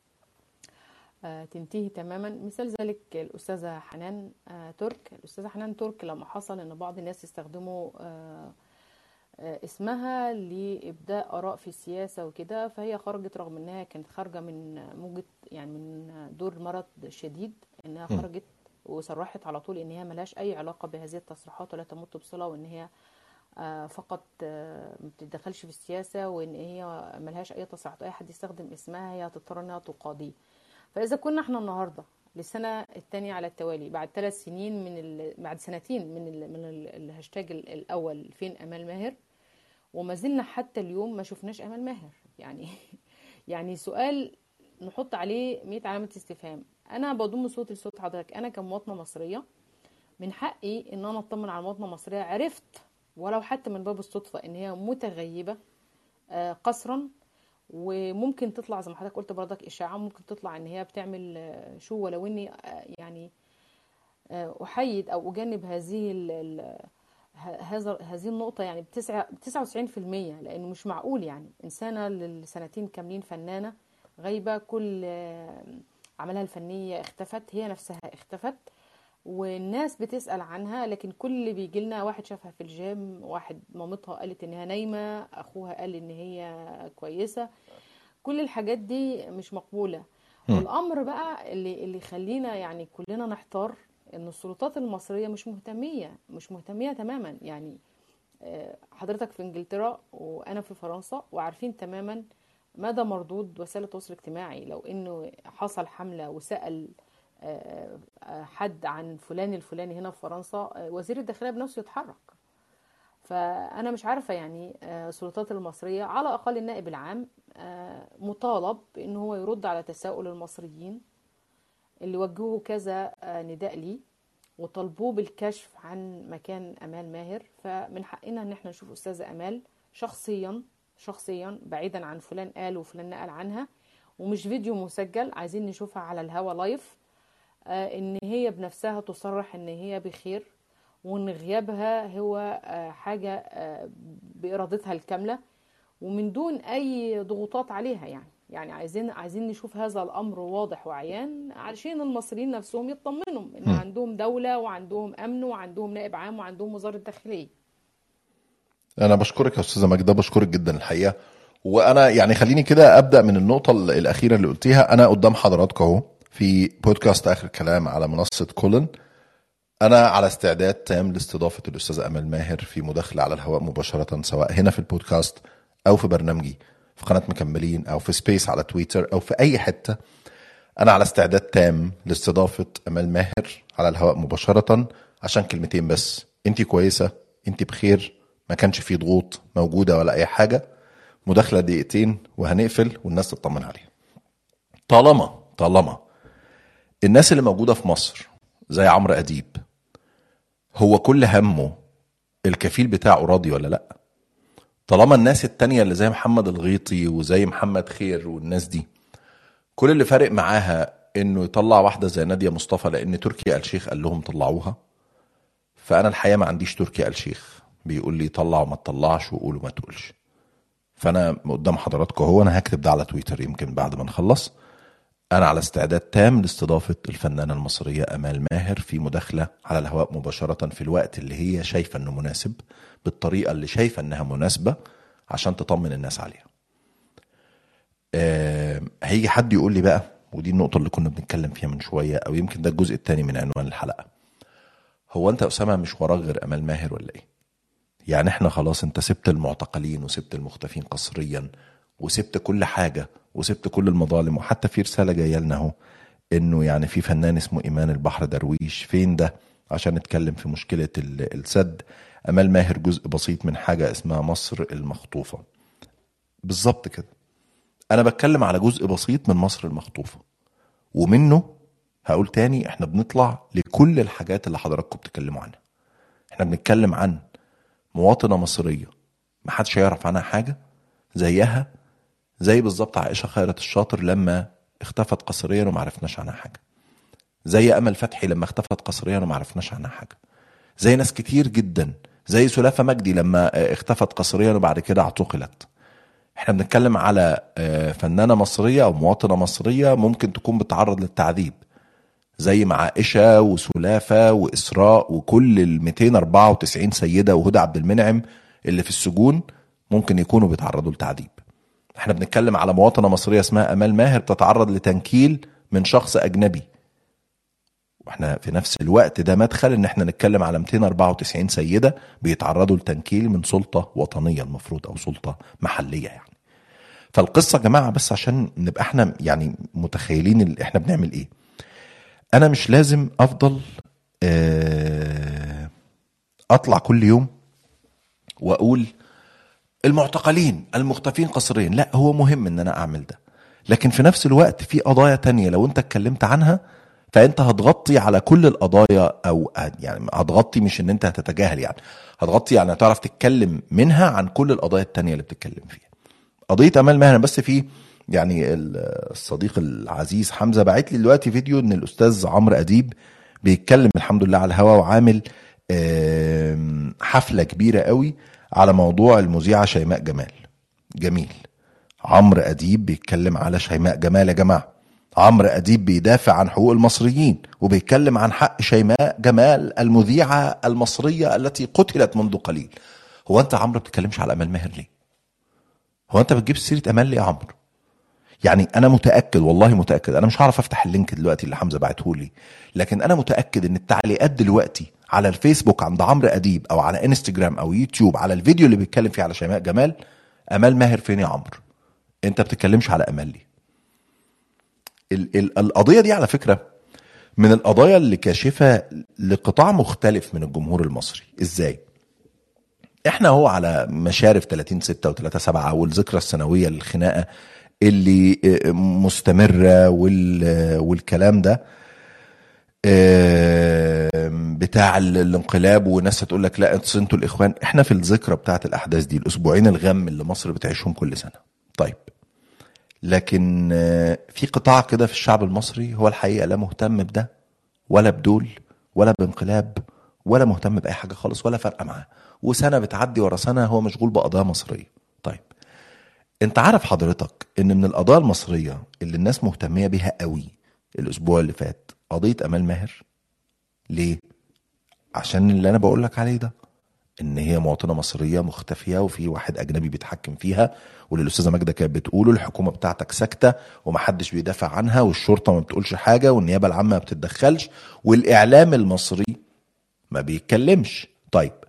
C: آه تنتهي تماما. مثال ذلك الأستاذة حنان آه ترك. الأستاذة حنان ترك لما حصل ان بعض الناس استخدموا آه آه اسمها لإبداء آراء في السياسة وكده، فهي خرجت رغم انها كانت خارجة من موجة يعني من دور مرض شديد، انها
A: مم.
C: خرجت وصرحت على طول ان هي ملهاش اي علاقة بهذه التصريحات ولا تمت بصلة، وان هي آه، فقط آه، ما بتتدخلش في السياسة، وان هي ملهاش اي تصريحات. اي حد يستخدم اسمها هي هتضطر انها تقاضيه. فاذا كنا احنا النهارده للسنة الثانية على التوالي بعد ثلاث سنين من ال... بعد سنتين من ال... من ال... الهاشتاج ال- الاول فين امال ماهر، وما زلنا حتى اليوم ما شفناش امال ماهر يعني يعني سؤال نحط عليه مئة علامة استفهام. انا بضم صوتي لصوت حضرتك، انا كمواطنة مصرية من حقي ان انا اطمن على مواطنة مصرية عرفت ولو حتى من باب الصدفة ان هي متغيبة آه، قسرا، وممكن تطلع زي ما حضرتك قلت برضك اشاعة، ممكن تطلع ان هي بتعمل آه، شو، ولو اني آه، يعني آه، احيد او اجنب هذه ال- ال- ه- هذا هذه النقطة يعني بتسعة تسعة وتسعين في المية، لانه مش معقول يعني انسانة للسنتين كاملين فنانة غايبة، كل آه، اعمالها الفنية اختفت، هي نفسها اختفت، والناس بتسأل عنها، لكن كل اللي بيجي لنا واحد شافها في الجيم، واحد مامتها قالت انها نايمة، اخوها قال ان هي كويسة. كل الحاجات دي مش مقبولة.
A: مم.
C: والامر بقى اللي اللي يخلينا يعني كلنا نحتار ان السلطات المصرية مش مهتمية مش مهتمية تماما يعني. آه، حضرتك في انجلترا وانا في فرنسا، وعارفين تماما مدى مردود وسائل التواصل الاجتماعي لو انه حصل حملة وسأل آه، آه، حد عن فلان الفلاني هنا في فرنسا، آه، وزير الداخلية بنفسه يتحرك. فأنا مش عارفة يعني آه، السلطات المصرية على الأقل النائب العام آه، مطالب إن هو يرد على تساؤل المصريين اللي وجهوا كذا آه، نداء ليه وطلبوه بالكشف عن مكان أمال ماهر. فمن حقنا إن احنا نشوف أستاذة أمال شخصيا شخصيا بعيدا عن فلان قال وفلان نقل عنها، ومش فيديو مسجل، عايزين نشوفها على الهوا لايف، آه، ان هي بنفسها تصرح ان هي بخير، وان غيابها هو آه، حاجة آه، بإرادتها الكاملة ومن دون اي ضغوطات عليها يعني. يعني عايزين عايزين نشوف هذا الامر واضح وعيان علشان المصريين نفسهم يطمنوا ان
A: مم.
C: عندهم دولة وعندهم امن وعندهم نائب عام وعندهم وزارة داخلية.
A: انا بشكرك يا استاذه ماجده، بشكرك جدا الحقيقه. وانا يعني خليني كده ابدا من النقطه ال- الاخيره اللي قلتيها. انا قدام حضراتكم اهو في بودكاست اخر كلام على منصه كولن. انا على استعداد تام لاستضافه الاستاذه امال ماهر في مداخله على الهواء مباشره، سواء هنا في البودكاست او في برنامجي في قناة مكملين او في سبيس على تويتر او في اي حتة، انا على استعداد تام لاستضافة امال ماهر على الهواء مباشرة عشان كلمتين بس: انتي كويسة، انتي بخير، ما كانش فيه ضغوط موجودة ولا اي حاجة، مداخلة دقيقتين وهنقفل والناس تطمن عليها. طالما طالما الناس اللي موجودة في مصر زي عمرو أديب هو كل همه الكفيل بتاعه راضي ولا لا، طالما الناس التانية اللي زي محمد الغيطي وزي محمد خير والناس دي كل اللي فارق معاها انه يطلع واحدة زي نادية مصطفى لان تركي آل الشيخ قال لهم طلعوها، فانا الحقيقة ما عنديش تركي آل الشيخ بيقول لي طلع وما تطلعش وقول وما تقولش. فانا قدام حضراتكم هو انا هكتب ده على تويتر يمكن بعد ما نخلص، انا على استعداد تام لاستضافة الفنانة المصرية امال ماهر في مداخلة على الهواء مباشرة في الوقت اللي هي شايفة انه مناسب، بالطريقة اللي شايفة انها مناسبة عشان تطمن الناس عليها. أه هيجي حد يقول لي بقى، ودي النقطة اللي كنا بنتكلم فيها من شوية او يمكن ده الجزء الثاني من عنوان الحلقة: هو انت اسامة مش وراك غير امال ماهر ولا ايه؟ يعني احنا خلاص انت سبت المعتقلين وسبت المختفين قسريا وسبت كل حاجة وسبت كل المظالم، وحتى في رسالة جاية لنا اهو انه يعني في فنان اسمه ايمان البحر درويش، فين ده عشان نتكلم في مشكلة السد؟ امال ماهر جزء بسيط من حاجة اسمها مصر المخطوفة. بالظبط كده، انا بتكلم على جزء بسيط من مصر المخطوفة، ومنه هقول تاني احنا بنطلع لكل الحاجات اللي حضراتكم بتتكلموا عنها. احنا بنتكلم عن مواطنة مصرية محدش يعرف عنها حاجة، زيها زي بالظبط عائشة خيرت الشاطر لما اختفت قسريا وما عرفناش عنها حاجة، زي أمل فتحي لما اختفت قسريا وما عرفناش عنها حاجة، زي ناس كتير جدا، زي سلافة مجدي لما اختفت قسريا وبعد كده اعتقلت. احنا بنتكلم على فنانة مصرية او مواطنة مصرية ممكن تكون بتعرض للتعذيب، زي مع عائشة وسلافة وإسراء وكل ال مئتين وأربعة وتسعين سيدة وهدى عبد المنعم اللي في السجون ممكن يكونوا بيتعرضوا لتعذيب. احنا بنتكلم على مواطنة مصرية اسمها امال ماهر تتعرض لتنكيل من شخص اجنبي، واحنا في نفس الوقت ده مدخل ان احنا نتكلم على مئتين وأربعة وتسعين سيدة بيتعرضوا لتنكيل من سلطة وطنية المفروض او سلطة محلية يعني. فالقصة يا جماعة بس عشان نبقى احنا يعني متخيلين اللي احنا بنعمل ايه، انا مش لازم افضل اطلع كل يوم واقول المعتقلين المختفين قسريا، لا هو مهم ان انا اعمل ده، لكن في نفس الوقت في قضايا تانية لو انت اتكلمت عنها فانت هتغطي على كل القضايا، او يعني هتغطي مش ان انت هتتجاهل، يعني هتغطي يعني هتعرف تتكلم منها عن كل القضايا التانية اللي بتتكلم فيها. قضية امال ماهر بس في يعني الصديق العزيز حمزة بعت لي دلوقتي فيديو ان الاستاذ عمرو أديب بيتكلم الحمد لله على الهوا وعامل حفلة كبيرة قوي على موضوع المذيعة شيماء جمال. جميل، عمرو أديب بيتكلم على شيماء جمال يا جماعة، عمرو أديب بيدافع عن حقوق المصريين وبيتكلم عن حق شيماء جمال المذيعة المصرية التي قتلت منذ قليل. هو انت عمرو بتتكلمش على امال ماهر ليه؟ هو انت بتجيب سيرة امال ليه يا عمرو؟ يعني انا متاكد والله متاكد، انا مش هعرف افتح اللينك دلوقتي اللي حمزه بعته لي، لكن انا متاكد ان التعليقات دلوقتي على الفيسبوك عند عمرو أديب او على انستجرام او يوتيوب على الفيديو اللي بيتكلم فيه على شيماء جمال، امال ماهر فين يا عمرو؟ انت بتتكلمش على امال ليه؟ ال- ال- القضيه دي على فكره من القضايا اللي كاشفه لقطاع مختلف من الجمهور المصري. ازاي؟ احنا هو على مشارف ثلاثين ستة و3 سبعة والذكرى السنويه للخناقه اللي مستمرة والكلام ده بتاع الانقلاب، وناس هتقول لك لا انتوا الاخوان، احنا في الذكرى بتاعت الاحداث دي الاسبوعين الغم اللي مصر بتعيشهم كل سنة. طيب لكن في قطاع كده في الشعب المصري هو الحقيقة لا مهتم بده ولا بدول ولا بانقلاب ولا مهتم بأي حاجة خالص ولا فرقة معاه، وسنة بتعدي ورا سنة هو مشغول بقضايا مصرية. طيب انت عارف حضرتك ان من القضايا المصرية اللي الناس مهتمية بيها قوي الاسبوع اللي فات قضية امال ماهر؟ ليه؟ عشان اللي انا بقول لك عليه ده، ان هي مواطنة مصرية مختفية وفي واحد اجنبي بيتحكم فيها، وللاستاذة ماجدة كانت بتقوله الحكومة بتاعتك ساكتة ومحدش بيدافع عنها والشرطة ما بتقولش حاجة والنيابة العامة ما بتتدخلش والاعلام المصري ما بيتكلمش. طيب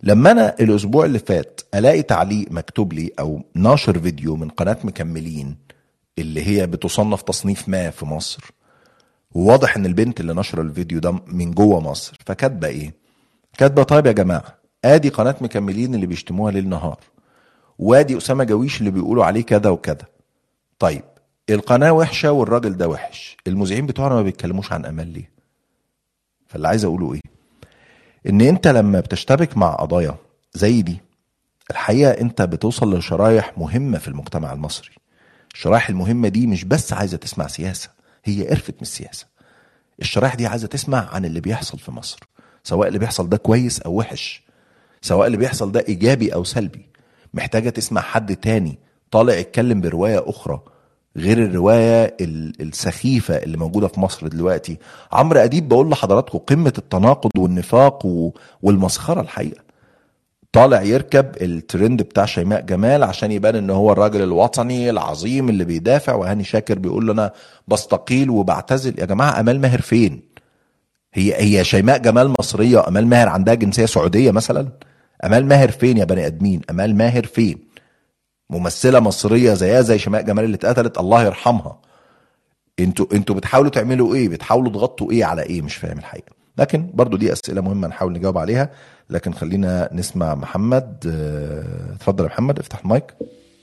A: لما انا الاسبوع اللي فات الاقي تعليق مكتوب لي او ناشر فيديو من قناة مكملين اللي هي بتصنف تصنيف ما في مصر، وواضح ان البنت اللي نشر الفيديو ده من جوه مصر، فكاتبه ايه؟ كاتبه طيب يا جماعه، ادي قناه مكملين اللي بيشتموها ليل نهار، وادي اسامه جويش اللي بيقولوا عليه كذا وكذا. طيب القناه وحشه والراجل ده وحش، المذيعين بتوعنا ما بيتكلموش عن امال ليه؟ فاللي عايز اقوله ايه؟ ان انت لما بتشتبك مع قضايا زي دي، الحقيقه انت بتوصل لشرايح مهمه في المجتمع المصري. الشرايح المهمه دي مش بس عايزه تسمع سياسه، هي قرفت من السياسه. الشرايح دي عايزه تسمع عن اللي بيحصل في مصر، سواء اللي بيحصل ده كويس او وحش، سواء اللي بيحصل ده ايجابي او سلبي. محتاجه تسمع حد تاني طالع يتكلم بروايه اخرى غير الروايه ال- السخيفه اللي موجوده في مصر دلوقتي. عمرو اديب بقول لحضراتكم قمه التناقض والنفاق و- والمسخره الحقيقه. طالع يركب الترند بتاع شيماء جمال عشان يبان ان هو الراجل الوطني العظيم اللي بيدافع، وهاني شاكر بيقول له انا بستقيل وبعتزل. يا جماعه امال ماهر فين؟ هي هي شيماء جمال مصريه؟ امال ماهر عندها جنسيه سعوديه مثلا؟ امال ماهر فين يا بني ادمين؟ امال ماهر فين؟ ممثله مصريه زيها زي شيماء جمال اللي اتقتلت، الله يرحمها. انتوا انتوا بتحاولوا تعملوا ايه؟ بتحاولوا تغطوا ايه على ايه؟ مش فاهم الحقيقه. لكن برضو دي اسئله مهمه نحاول نجاوب عليها. لكن خلينا نسمع محمد. اه، اتفضل يا محمد، افتح المايك.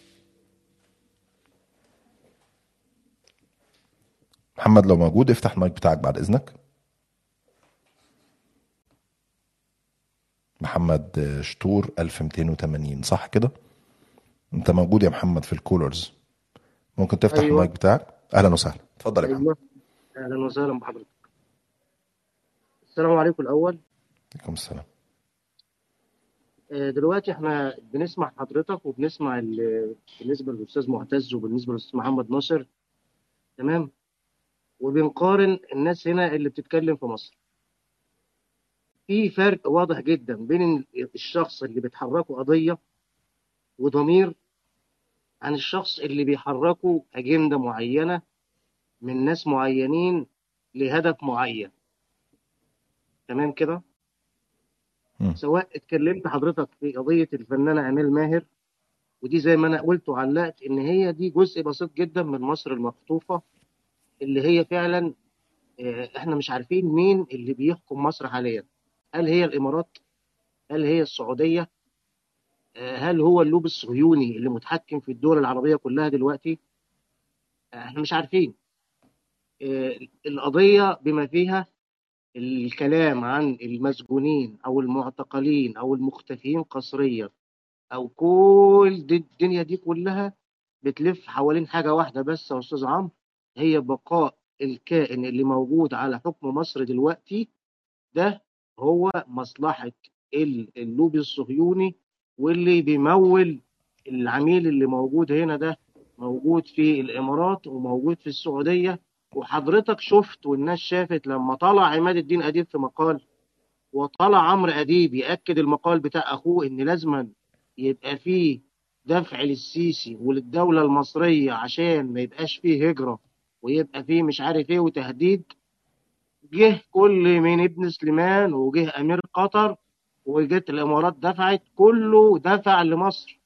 A: محمد لو موجود افتح المايك بتاعك بعد اذنك. محمد اه، شطور ألف ومئتين وثمانين صح كده؟ انت موجود يا محمد في الكولرز، ممكن تفتح
D: ايوه
A: المايك بتاعك؟ اهلا وسهلا، اتفضل يا محمد.
D: ايوه اهلا وسهلا بحضرتك. السلام عليكم الاول.
A: عليكم السلام.
D: آه، دلوقتي احنا بنسمع حضرتك وبنسمع ال- بالنسبه للاستاذ معتز وبالنسبه للاستاذ محمد ناصر، تمام، وبنقارن الناس هنا اللي بتتكلم في مصر. في فرق واضح جدا بين الشخص اللي بيتحركوا قضيه وضمير عن الشخص اللي بيحركوا اجنده معينه من ناس معينين لهدف معين، تمام كده.
A: مم.
D: سواء اتكلمت حضرتك في قضيه الفنانه امال ماهر، ودي زي ما انا قلت وعلقت ان هي دي جزء بسيط جدا من مصر المخطوفه، اللي هي فعلا آه، احنا مش عارفين مين اللي بيحكم مصر حاليا. هل هي الامارات؟ هل هي السعوديه؟ آه، هل هو اللوب الصهيوني اللي متحكم في الدول العربيه كلها دلوقتي؟ آه، احنا مش عارفين. آه، القضيه بما فيها الكلام عن المسجونين او المعتقلين او المختفيين قسريا، او كل دي الدنيا دي كلها بتلف حوالين حاجه واحده بس يا استاذ عمرو، هي بقاء الكائن اللي موجود على حكم مصر دلوقتي. ده هو مصلحه ال- اللوبي الصهيوني، واللي بيمول العميل اللي موجود هنا ده، موجود في الامارات وموجود في السعوديه. وحضرتك شفت والناس شافت لما طلع عماد الدين اديب في مقال، وطلع عمرو اديب ياكد المقال بتاع اخوه ان لازما يبقى فيه دفع للسيسي وللدوله المصريه عشان ما يبقاش فيه هجره ويبقى فيه مش عارف ايه وتهديد. جه كل من ابن سليمان وجه امير قطر وجت الامارات دفعت، كله دفع لمصر.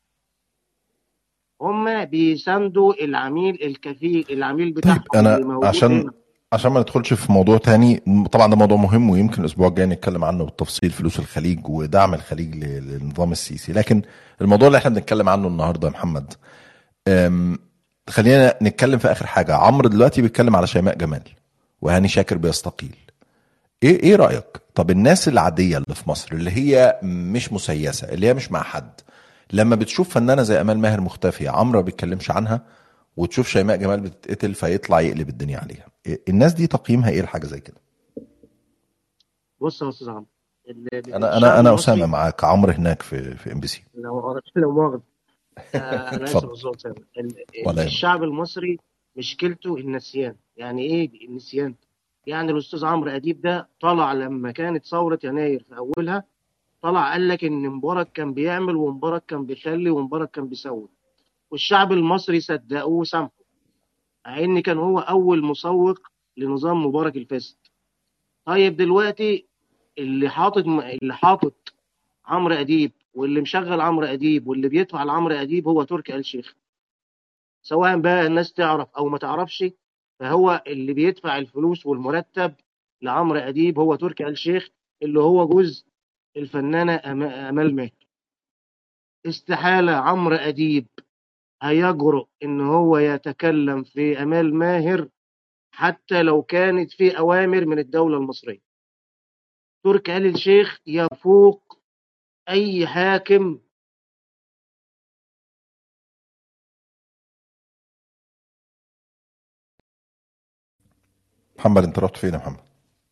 D: هم بيساندوا العميل الكفيل، العميل
A: طيب
D: بتاعهم اللي
A: انا
D: موجود
A: عشان
D: هنا.
A: عشان ما ندخلش في موضوع تاني، طبعا ده موضوع مهم ويمكن الاسبوع الجاي نتكلم عنه بالتفصيل، فلوس الخليج ودعم الخليج ل- للنظام السيسي. لكن الموضوع اللي احنا بنتكلم عنه النهارده يا محمد، أم، خلينا نتكلم في اخر حاجه. عمرو دلوقتي بيتكلم على شيماء جمال وهاني شاكر بيستقيل. ايه ايه رايك؟ طب الناس العاديه اللي في مصر اللي هي مش مسيسه، اللي هي مش مع حد، لما بتشوف فنانه زي امال ماهر مختفيه عمرو ما بيتكلمش عنها، وتشوف شيماء جمال بتتقتل فيطلع يقلب الدنيا عليها، إيه- الناس دي تقييمها ايه لحاجه زي كده؟
D: بص يا استاذ عمرو، ال-
A: انا انا
D: الشعب
A: انا اسامه
D: المصري،
A: معاك، عمرو هناك في في ام بي سي.
D: لو لو مؤاخذة، آه، انا اسف
A: اتفضل.
D: استاذ سامي. ال- ال-
A: ولا يهمك.
D: الشعب المصري مشكلته النسيان. يعني ايه النسيان؟ يعني الاستاذ عمرو اديب ده طلع لما كانت ثوره يناير في اولها، طلع قال لك ان مبارك كان بيعمل ومبارك كان بيخلي ومبارك كان بيسوي، والشعب المصري صدقوه وسامحه، مع ان كان هو اول مسوق لنظام مبارك الفاسد. طيب دلوقتي اللي حاطط اللي حاطط عمرو اديب، واللي مشغل عمرو اديب واللي بيدفع لعمرو اديب هو تركي آل الشيخ. سواء بقى الناس تعرف او ما تعرفش، فهو اللي بيدفع الفلوس والمرتب لعمرو اديب هو تركي آل الشيخ، اللي هو جزء الفنانه أم- امال ماهر. استحاله عمرو اديب هيجرؤ ان هو يتكلم في امال ماهر حتى لو كانت في اوامر من الدوله المصريه. تركي آل الشيخ يفوق اي حاكم.
A: محمد انت رحت فين يا محمد؟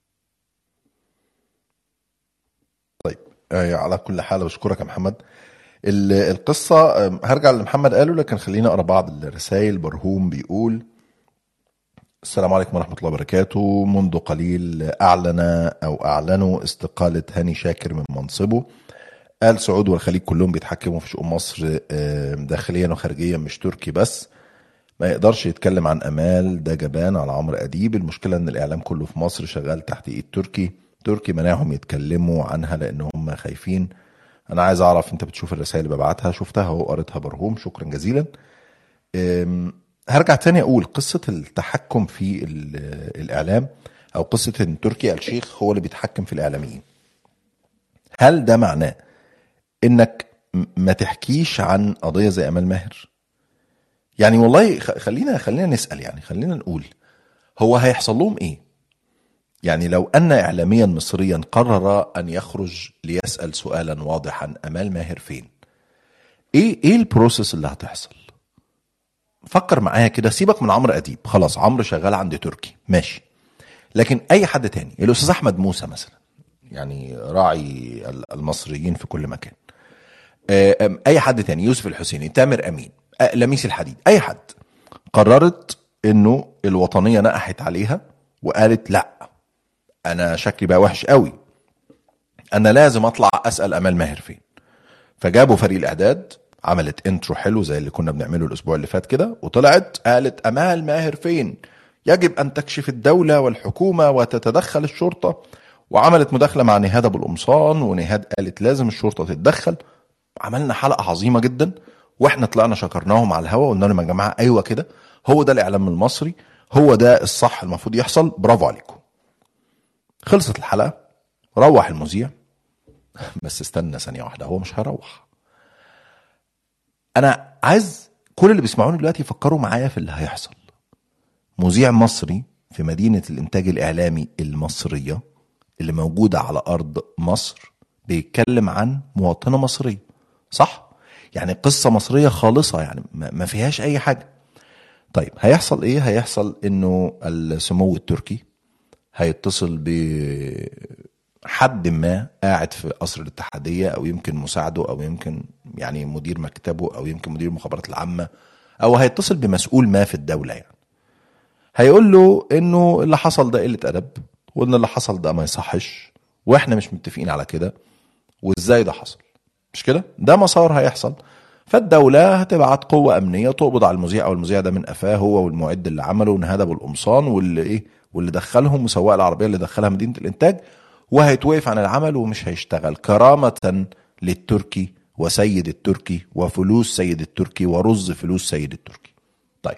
A: طيب آه، على كل حال بشكرك يا محمد. ال- القصة آم، هرجع لمحمد قاله، لكن خلينا أقرأ بعض الرسائل. برهوم بيقول: السلام عليكم ورحمة الله وبركاته. منذ قليل أعلن أو أعلنوا استقالة هاني شاكر من منصبه. آل سعود والخليج كلهم بيتحكموا في شؤون مصر آم، داخليا وخارجيا، مش تركي بس. ما يقدرش يتكلم عن أمال، ده جبان على عمرو أديب. المشكلة إن الإعلام كله في مصر شغال تحت إيد تركي. تركي منعهم يتكلموا عنها لأن هم خايفين. أنا عايز أعرف أنت بتشوف الرسائل اللي ببعتها؟ شفتها وقريتها برهوم، شكرا جزيلا. أم، هرجع تاني أقول قصة التحكم في ال- الإعلام، أو قصة إن تركي آل الشيخ هو اللي بيتحكم في الإعلاميين. هل ده معناه إنك م- ما تحكيش عن قضية زي أمال ماهر؟ يعني والله خ- خلينا خلينا نسأل، يعني خلينا نقول هو هيحصل لهم ايه؟ يعني لو ان اعلاميا مصريا قرر ان يخرج ليسأل سؤالا واضحا: امال ماهر فين؟ ايه ايه البروسيس اللي هتحصل؟ فكر معايا كده. سيبك من عمرو اديب، خلاص عمرو شغال عند تركي ماشي، لكن اي حد تاني، الاستاذ احمد موسى مثلا، يعني راعي المصريين في كل مكان، آه، اي حد تاني، يوسف الحسيني، تامر امين، آه، لميس الحديد، اي حد قررت انه الوطنيه نقحت عليها وقالت لا، انا شكلي بقى وحش قوي، انا لازم اطلع اسال امال ماهر فين. فجابوا فريق الاعداد، عملت انترو حلو زي اللي كنا بنعمله الاسبوع اللي فات كده، وطلعت قالت: امال ماهر فين؟ يجب ان تكشف الدوله والحكومه وتتدخل الشرطه. وعملت مداخله مع نهاد ابو القمصان، ونهاد قالت لازم الشرطه تتدخل. عملنا حلقه عظيمه جدا، واحنا طلعنا شكرناهم على الهوا وقلنا لهم يا جماعه ايوه كده، هو ده الاعلام المصري، هو ده الصح المفروض يحصل، برافو عليكم. خلصت الحلقه، روح المذيع. بس استنى ثانيه واحده، هو مش هيروح. انا عايز كل اللي بيسمعوني دلوقتي يفكروا معايا في اللي هيحصل. مذيع مصري في مدينه الانتاج الاعلامي المصريه اللي موجوده على ارض مصر بيتكلم عن مواطنه مصريه، صح؟ يعني قصه مصريه خالصه، يعني ما ما فيهاش اي حاجه. طيب هيحصل ايه؟ هيحصل انه السمو التركي هيتصل بحد ما قاعد في قصر الاتحادية، او يمكن مساعده، او يمكن يعني مدير مكتبه، او يمكن مدير المخابرات العامة، او هيتصل بمسؤول ما في الدولة. يعني هيقول له انه اللي حصل ده قلة ادب، وان اللي حصل ده ما يصحش، واحنا مش متفقين على كده، وازاي ده حصل. مش كده؟ ده مسار هيحصل. فالدولة هتبعت قوة أمنية تقبض على المذيع أو المذيع ده من قفاه، هو والمعد اللي عمله ونهاد أبو القمصان واللي إيه واللي دخلهم، وسواق العربية اللي دخلها مدينة الإنتاج، وهيتوقف عن العمل ومش هيشتغل كرامة للتركي وسيد التركي وفلوس سيد التركي ورز فلوس سيد التركي. طيب،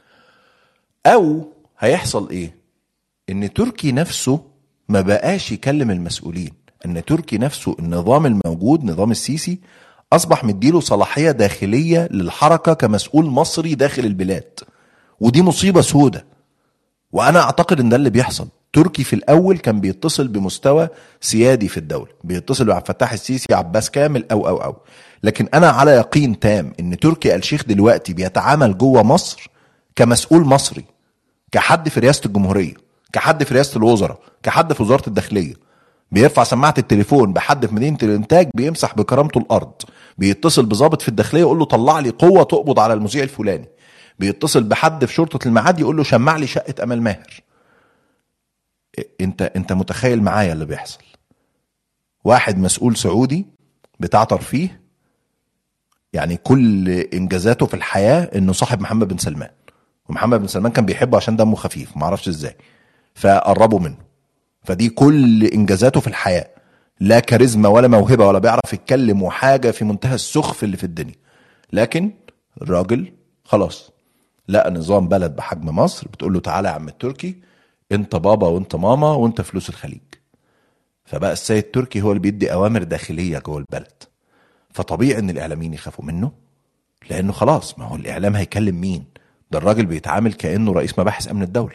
A: أو هيحصل إيه؟ إن تركي نفسه ما بقاش يكلم المسؤولين، ان تركي نفسه النظام الموجود، نظام السيسي، اصبح مديله صلاحية داخلية للحركة كمسؤول مصري داخل البلاد. ودي مصيبة سودة، وانا اعتقد ان ده اللي بيحصل. تركي في الاول كان بيتصل بمستوى سيادي في الدولة، بيتصل بعبد الفتاح السيسي، عباس كامل، او او او لكن انا على يقين تام ان تركي آل الشيخ دلوقتي بيتعامل جوه مصر كمسؤول مصري، كحد في رئاسة الجمهورية، كحد في رئاسة الوزراء، كحد في وزارة الداخلية. بيرفع سماعة التليفون بحد في مدينة الانتاج بيمسح بكرامته الارض، بيتصل بضابط في الداخلية يقول له طلع لي قوة تقبض على المذيع الفلاني، بيتصل بحد في شرطة المعادي يقول له شمع لي شقة امال ماهر. انت انت متخيل معايا اللي بيحصل؟ واحد مسؤول سعودي بتاع ترفيه، يعني كل انجازاته في الحياة انه صاحب محمد بن سلمان، ومحمد بن سلمان كان بيحبه عشان دمه خفيف، معرفش ازاي، فقربوا منه. فدي كل انجازاته في الحياة، لا كاريزما ولا موهبة ولا بيعرف يتكلم، وحاجة في منتهى السخف اللي في الدنيا. لكن الراجل خلاص لقى نظام بلد بحجم مصر بتقول له تعالى يا عم التركي، انت بابا وانت ماما وانت فلوس الخليج. فبقى السيد التركي هو اللي بيدي اوامر داخلية جوه البلد. فطبيعي ان الاعلاميين يخافوا منه، لانه خلاص ما هو الاعلام هيكلم مين؟ ده الراجل بيتعامل كأنه رئيس مباحث امن الدولة.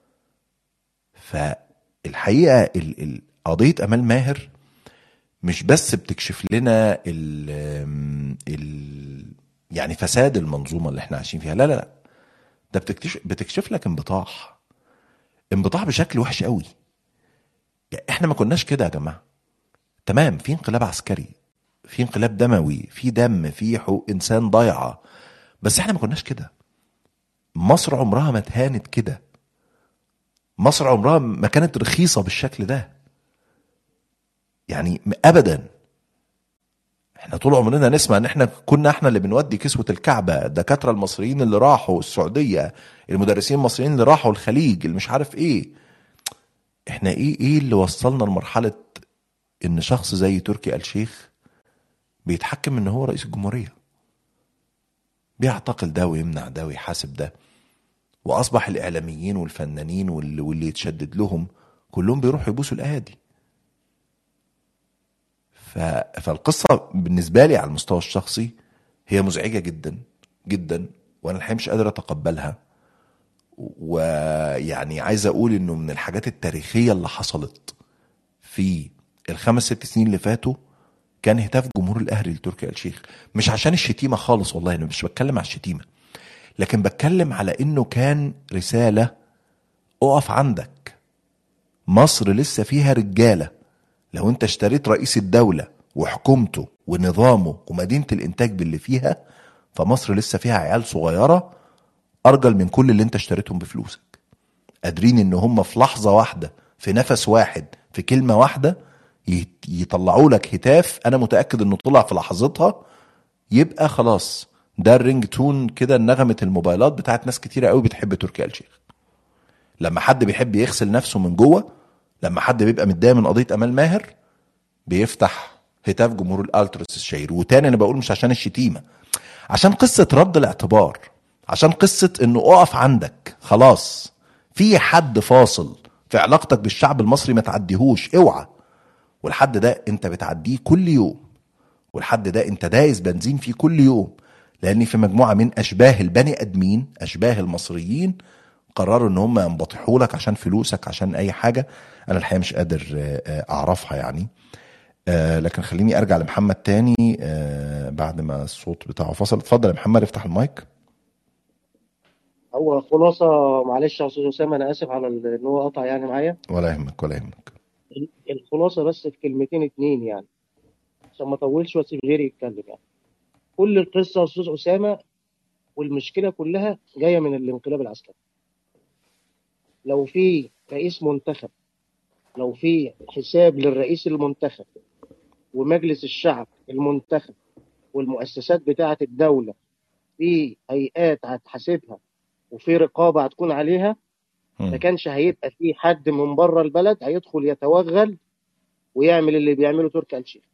A: فالحقيقة ال- ال- قضية امال ماهر مش بس بتكشف لنا ال ال يعني فساد المنظومة اللي احنا عايشين فيها، لا لا لا، ده بتكتشف بتكشف لك انبطاح انبطاح بشكل وحش قوي. يعني احنا ما كناش كده يا جماعة. تمام، في انقلاب عسكري، في انقلاب دموي، في دم، في حقوق انسان ضايعة، بس احنا ما كناش كده. مصر عمرها ما اتهانت كده. مصر عمرها ما كانت رخيصة بالشكل ده، يعني ابدا. احنا طول عمرنا نسمع ان احنا كنا احنا اللي بنودي كسوة الكعبة، الدكاترة المصريين اللي راحوا السعودية، المدرسين المصريين اللي راحوا الخليج، اللي مش عارف ايه. احنا ايه ايه اللي وصلنا لمرحلة ان شخص زي تركي آل الشيخ بيتحكم ان هو رئيس الجمهورية، بيعتقل ده ويمنع ده ويحاسب ده، واصبح الاعلاميين والفنانين واللي, واللي يتشدد لهم كلهم بيروحوا يبوسوا الايادي. ف... فالقصة بالنسبة لي على المستوى الشخصي هي مزعجة جدا جدا، وانا الحقيقة مش قادر اتقبلها. ويعني عايز اقول انه من الحاجات التاريخية اللي حصلت في الخمس ست سنين اللي فاتوا كان هتاف جمهور الاهلي لتركي آل الشيخ. مش عشان الشتيمة خالص، والله انا مش بتكلم على الشتيمة، لكن بتكلم على انه كان رسالة اقف عندك، مصر لسه فيها رجالة. لو انت اشتريت رئيس الدولة وحكومته ونظامه ومدينة الانتاج باللي فيها، فمصر لسه فيها عيال صغيرة ارجل من كل اللي انت اشتريتهم بفلوسك، قادرين ان هم في لحظة واحدة، في نفس واحد، في كلمة واحدة يطلعوا لك هتاف انا متأكد انه طلع في لحظتها يبقى خلاص ده الرينج تون كده، نغمة الموبايلات بتاعت ناس كتيرة قوي بتحب تركي آل الشيخ. لما حد بيحب يغسل نفسه من جوه، لما حد بيبقى متضايق من قضية امال ماهر، بيفتح هتاف جمهور الالتراس الشهير. وتاني انا بقول مش عشان الشتيمة، عشان قصة رد الاعتبار، عشان قصة انه اقف عندك خلاص، في حد فاصل في علاقتك بالشعب المصري ما تعديهوش، اوعى. والحد ده انت بتعديه كل يوم، والحد ده انت دايس بنزين فيه كل يوم، لان في مجموعة من اشباه البني ادمين، اشباه المصريين، قرروا ان هم ينبطحوا لك عشان فلوسك، عشان اي حاجة انا الحقيقة مش قادر اعرفها يعني. آه لكن خليني ارجع لمحمد تاني آه بعد ما الصوت بتاعه فصل. اتفضل يا محمد، افتح المايك.
D: هو خلاصة، معلش يا استاذ اسامه، انا اسف على ال- ان هو قطع يعني معايا.
A: ولا يهمك ولا يهمك.
D: ال- الخلاصه بس في كلمتين اتنين يعني، عشان ما اطولش واسيب غيري يتكلم يعني. كل القصه يا استاذ اسامه والمشكله كلها جايه من الانقلاب العسكري. لو في رئيس منتخب، لو في حساب للرئيس المنتخب ومجلس الشعب المنتخب والمؤسسات بتاعه الدوله، في هيئات هتحاسبها وفي رقابه هتكون عليها، ما
A: مم.
D: كانش هيبقى في حد من بره البلد هيدخل يتوغل ويعمل اللي بيعمله تركي آل الشيخ.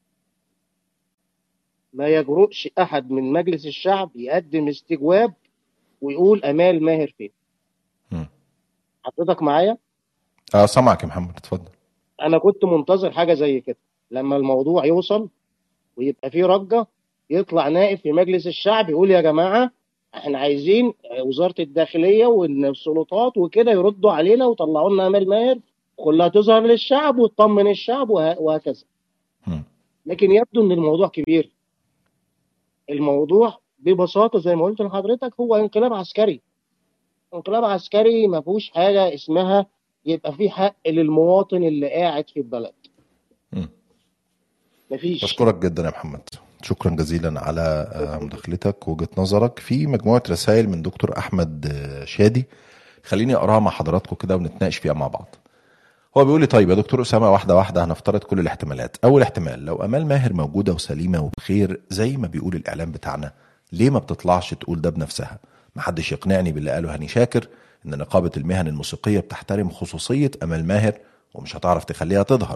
D: ما يجرؤش احد من مجلس الشعب يقدم استجواب ويقول امال ماهر فين.
A: مم.
D: حضرتك معايا؟
A: اه سامعك يا محمد، اتفضل.
D: انا كنت منتظر حاجه زي كده، لما الموضوع يوصل ويبقى فيه رجه، يطلع نائب في مجلس الشعب يقول يا جماعه احنا عايزين وزاره الداخليه والسلطات وكده يردوا علينا وطلعوا لنا امال ماهر، كلها تظهر للشعب وتطمن الشعب وه- وهكذا.
A: مم.
D: لكن يبدو ان الموضوع كبير. الموضوع ببساطه زي ما قلت لحضرتك هو انقلاب عسكري. انقلاب عسكري ما فيهوش حاجه اسمها يبقى في حق للمواطن اللي قاعد في البلد.
A: مم.
D: مفيش.
A: بشكرك جدا يا محمد، شكرا جزيلا على آه، مداخلتك ووجهة نظرك. في مجموعة رسائل من دكتور أحمد آه، شادي، خليني أقراها مع حضراتكم كده ونتناقش فيها مع بعض. هو بيقول لي طيب يا دكتور أسامة، واحدة واحدة هنفترض كل الاحتمالات. أول احتمال، لو أمال ماهر موجودة وسليمة وبخير زي ما بيقول الإعلام بتاعنا، ليه ما بتطلعش تقول ده بنفسها؟ محدش يقنعني باللي قاله هاني شاكر إن نقابة المهن الموسيقية بتحترم خصوصية أمال ماهر ومش هتعرف تخليها تظهر،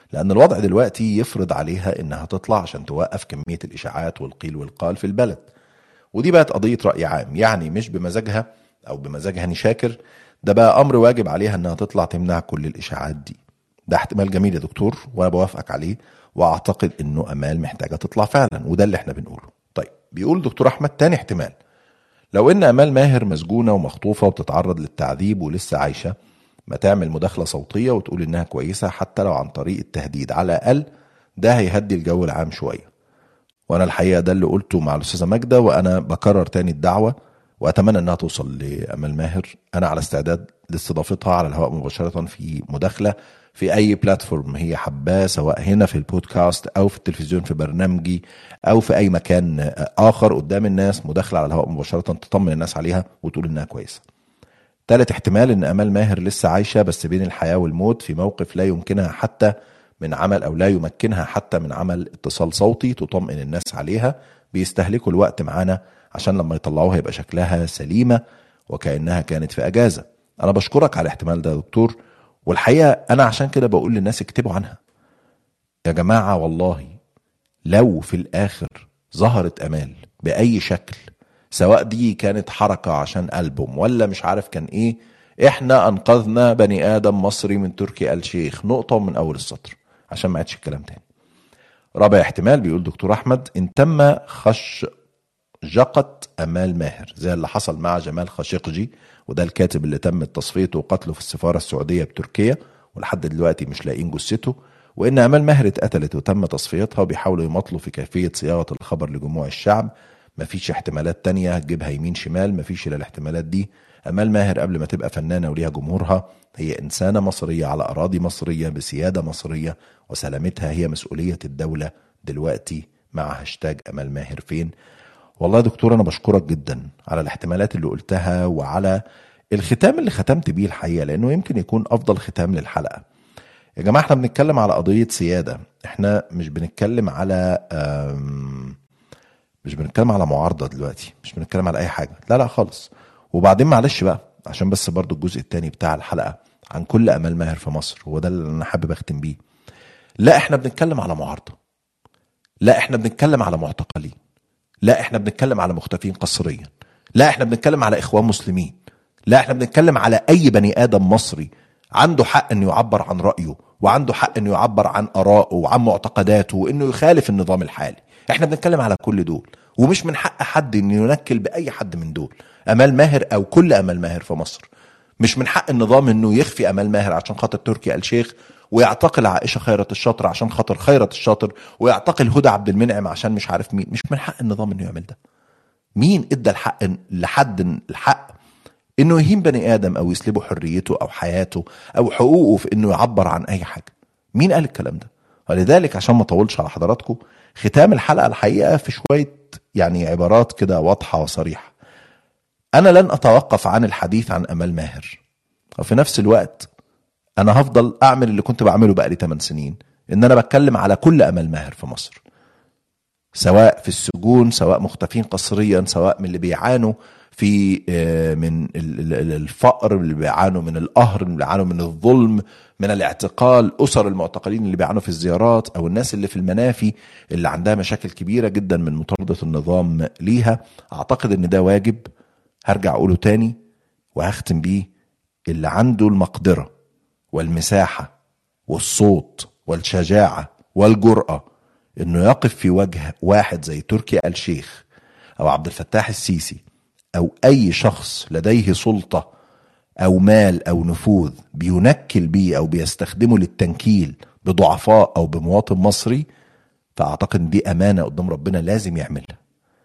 A: لان الوضع دلوقتي يفرض عليها انها تطلع عشان توقف كمية الاشاعات والقيل والقال في البلد. ودي بقت قضية رأي عام، يعني مش بمزاجها او بمزاج هاني شاكر، ده بقى امر واجب عليها انها تطلع تمنع كل الاشاعات دي. ده احتمال جميل يا دكتور وانا بوافقك عليه، واعتقد انه امال محتاجة تطلع فعلا، وده اللي احنا بنقوله. طيب بيقول دكتور احمد تاني احتمال، لو ان امال ماهر مسجونة ومخطوفة وبتتعرض للتعذيب ولسه عايشة، ما تعمل مداخلة صوتية وتقول انها كويسة حتى لو عن طريق التهديد، على الاقل ده هيهدي الجو العام شوية. وانا الحقيقة ده اللي قلته مع الاستاذة ماجدة، وانا بكرر تاني الدعوة واتمنى انها توصل لامال ماهر. انا على استعداد لاستضافتها على الهواء مباشرة في مداخلة في اي بلاتفورم هي حباه، سواء هنا في البودكاست او في التلفزيون في برنامجي او في اي مكان اخر قدام الناس، مداخلة على الهواء مباشرة تطمن الناس عليها وتقول انها كويسة. ثالث احتمال ان امال ماهر لسه عايشة بس بين الحياة والموت، في موقف لا يمكنها حتى من عمل او لا يمكنها حتى من عمل اتصال صوتي تطمئن الناس عليها. بيستهلكوا الوقت معانا عشان لما يطلعوها يبقى شكلها سليمة وكأنها كانت في اجازة. انا بشكرك على الاحتمال ده يا دكتور، والحقيقة انا عشان كده بقول للناس اكتبوا عنها يا جماعة. والله لو في الاخر ظهرت امال باي شكل، سواء دي كانت حركة عشان ألبوم ولا مش عارف كان ايه، احنا انقذنا بني ادم مصري من تركي آل شيخ، نقطة من اول السطر عشان ما عادش الكلام تاني. رابع احتمال بيقول دكتور احمد، ان تم خشجقة امال ماهر زي اللي حصل مع جمال خاشقجي، وده الكاتب اللي تم تصفيته وقتله في السفارة السعودية بتركيا ولحد دلوقتي مش لاقين جثته، وان امال ماهر اتقتلت وتم تصفيتها وبيحاولوا يمطلوا في كيفية صياغة الخبر لجموع الشعب. مفيش احتمالات تانية هتجيبها يمين شمال، مفيش الا الاحتمالات دي. امال ماهر قبل ما تبقى فنانة وليها جمهورها هي انسانة مصرية على اراضي مصرية بسيادة مصرية، وسلامتها هي مسؤولية الدولة دلوقتي مع هاشتاج امال ماهر فين. والله يا دكتور انا بشكرك جدا على الاحتمالات اللي قلتها وعلى الختام اللي ختمت بيه الحقيقة، لانه يمكن يكون افضل ختام للحلقة. يا جماعة احنا بنتكلم على قضية سيادة، احنا مش بنتكلم على مش بنتكلم على معارضة دلوقتي، مش بنتكلم على اي حاجة، لا لا خالص. وبعدين معلش بقى عشان بس برضو الجزء التاني بتاع الحلقة عن كل امال ماهر في مصر، هو ده اللي انا حابب اختم بيه. لا احنا بنتكلم على معارضة، لا احنا بنتكلم على معتقلين، لا احنا بنتكلم على مختفين قسريا، لا احنا بنتكلم على اخوان مسلمين، لا احنا بنتكلم على اي بني ادم مصري عنده حق انه يعبر عن رأيه وعنده حق انه يعبر عن ارائه وعن معتقداته وانه يخالف النظام الحالي. احنا بنتكلم على كل دول، ومش من حق حد انه ينكل باي حد من دول، امال ماهر او كل امال ماهر في مصر. مش من حق النظام انه يخفي امال ماهر عشان خاطر تركي آل شيخ، ويعتقل عائشة خيرت الشاطر عشان خاطر خيرت الشاطر، ويعتقل هدى عبد المنعم عشان مش عارف مين. مش من حق النظام انه يعمل ده. مين ادى الحق لحد الحق انه يهين بني ادم او يسلبه حريته او حياته او حقوقه في انه يعبر عن اي حاجة؟ مين قال الكلام ده؟ ولذلك عشان ما اطولش على حضراتكم، ختام الحلقة الحقيقة في شوية يعني عبارات كده واضحة وصريحة. انا لن اتوقف عن الحديث عن امال ماهر، وفي نفس الوقت انا هفضل اعمل اللي كنت بعمله بقالي ثمان سنين، ان انا بتكلم على كل امال ماهر في مصر، سواء في السجون، سواء مختفين قسريا، سواء من اللي بيعانوا في من الفقر، اللي بيعانوا من القهر، اللي بيعانوا من الظلم، من الاعتقال، اسر المعتقلين اللي بيعانوا في الزيارات، او الناس اللي في المنافي اللي عندها مشاكل كبيرة جدا من مطاردة النظام ليها. اعتقد ان ده واجب، هرجع اقوله تاني وهختم بيه، اللي عنده المقدرة والمساحة والصوت والشجاعة والجرأة انه يقف في وجه واحد زي تركي آل شيخ او عبد الفتاح السيسي او اي شخص لديه سلطة او مال او نفوذ بينكل بيه او بيستخدمه للتنكيل بضعفاء او بمواطن مصري، فاعتقد دي امانة قدام ربنا لازم يعملها.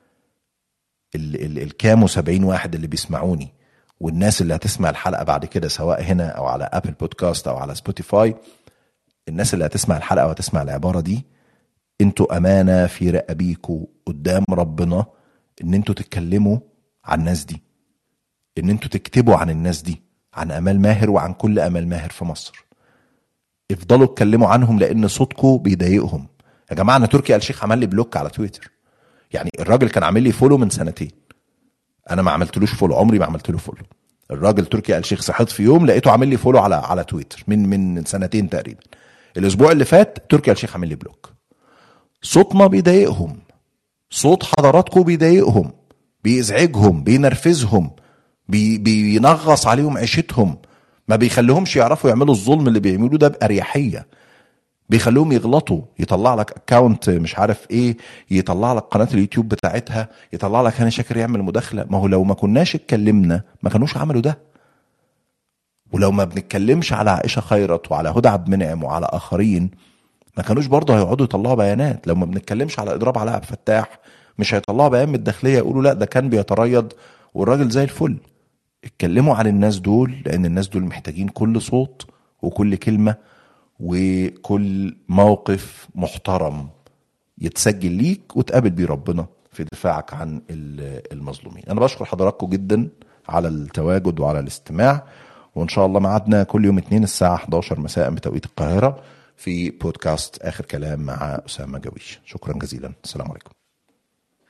A: الكام وسبعين واحد اللي بيسمعوني والناس اللي هتسمع الحلقة بعد كده سواء هنا او على ابل بودكاست او على سبوتيفاي، الناس اللي هتسمع الحلقة وهتسمع العبارة دي، انتوا امانة في رقبيكوا قدام ربنا ان انتوا تتكلموا عن الناس دي، ان انتوا تكتبوا عن الناس دي، عن امال ماهر وعن كل امال ماهر في مصر. افضلوا اتكلموا عنهم لان صوتكوا بيضايقهم. يا جماعة انا تركي آل شيخ عمل لي بلوك على تويتر، يعني الراجل كان عامل لي فولو من سنتين، انا ما عملتلوش فولو، عمري ما عملت له فولو. الراجل تركي آل شيخ صحيت في يوم لقيته عامل لي فولو على على تويتر من من سنتين تقريبا. الاسبوع اللي فات تركي آل الشيخ عامل لي بلوك. صوتنا بيضايقهم، صوت حضراتكم بيضايقهم، بيزعجهم، بينرفزهم، بي بينغص عليهم عيشتهم، ما بيخليهمش يعرفوا يعملوا الظلم اللي بيعملوه ده بأريحية، بيخليهم يغلطوا. يطلع لك اكاونت مش عارف ايه، يطلع لك قناة اليوتيوب بتاعتها، يطلع لك هاني شاكر يعمل مداخلة. ما هو لو ما كناش اتكلمنا ما كانوش عملوا ده. ولو ما بنتكلمش على عائشة خيرت وعلى هدى عبد المنعم وعلى آخرين ما كانوش برضه هيقعدوا يطلعوا بيانات. لو ما بنتكلمش على إضراب علاء عبد الفتاح مش هيطلعوا بيان من الداخلية يقولوا لا ده كان بيتريض والراجل زي الفل. اتكلموا عن الناس دول، لأن الناس دول محتاجين كل صوت وكل كلمة وكل موقف محترم يتسجل ليك وتقابل بيه ربنا في دفاعك عن المظلومين. أنا بشكر حضراتكم جدا على التواجد وعلى الاستماع، وإن شاء الله معادنا كل يوم اثنين الساعة احدى عشر مساء بتوقيت القاهرة في بودكاست آخر كلام مع أسامة جويش. شكرا جزيلا، السلام عليكم.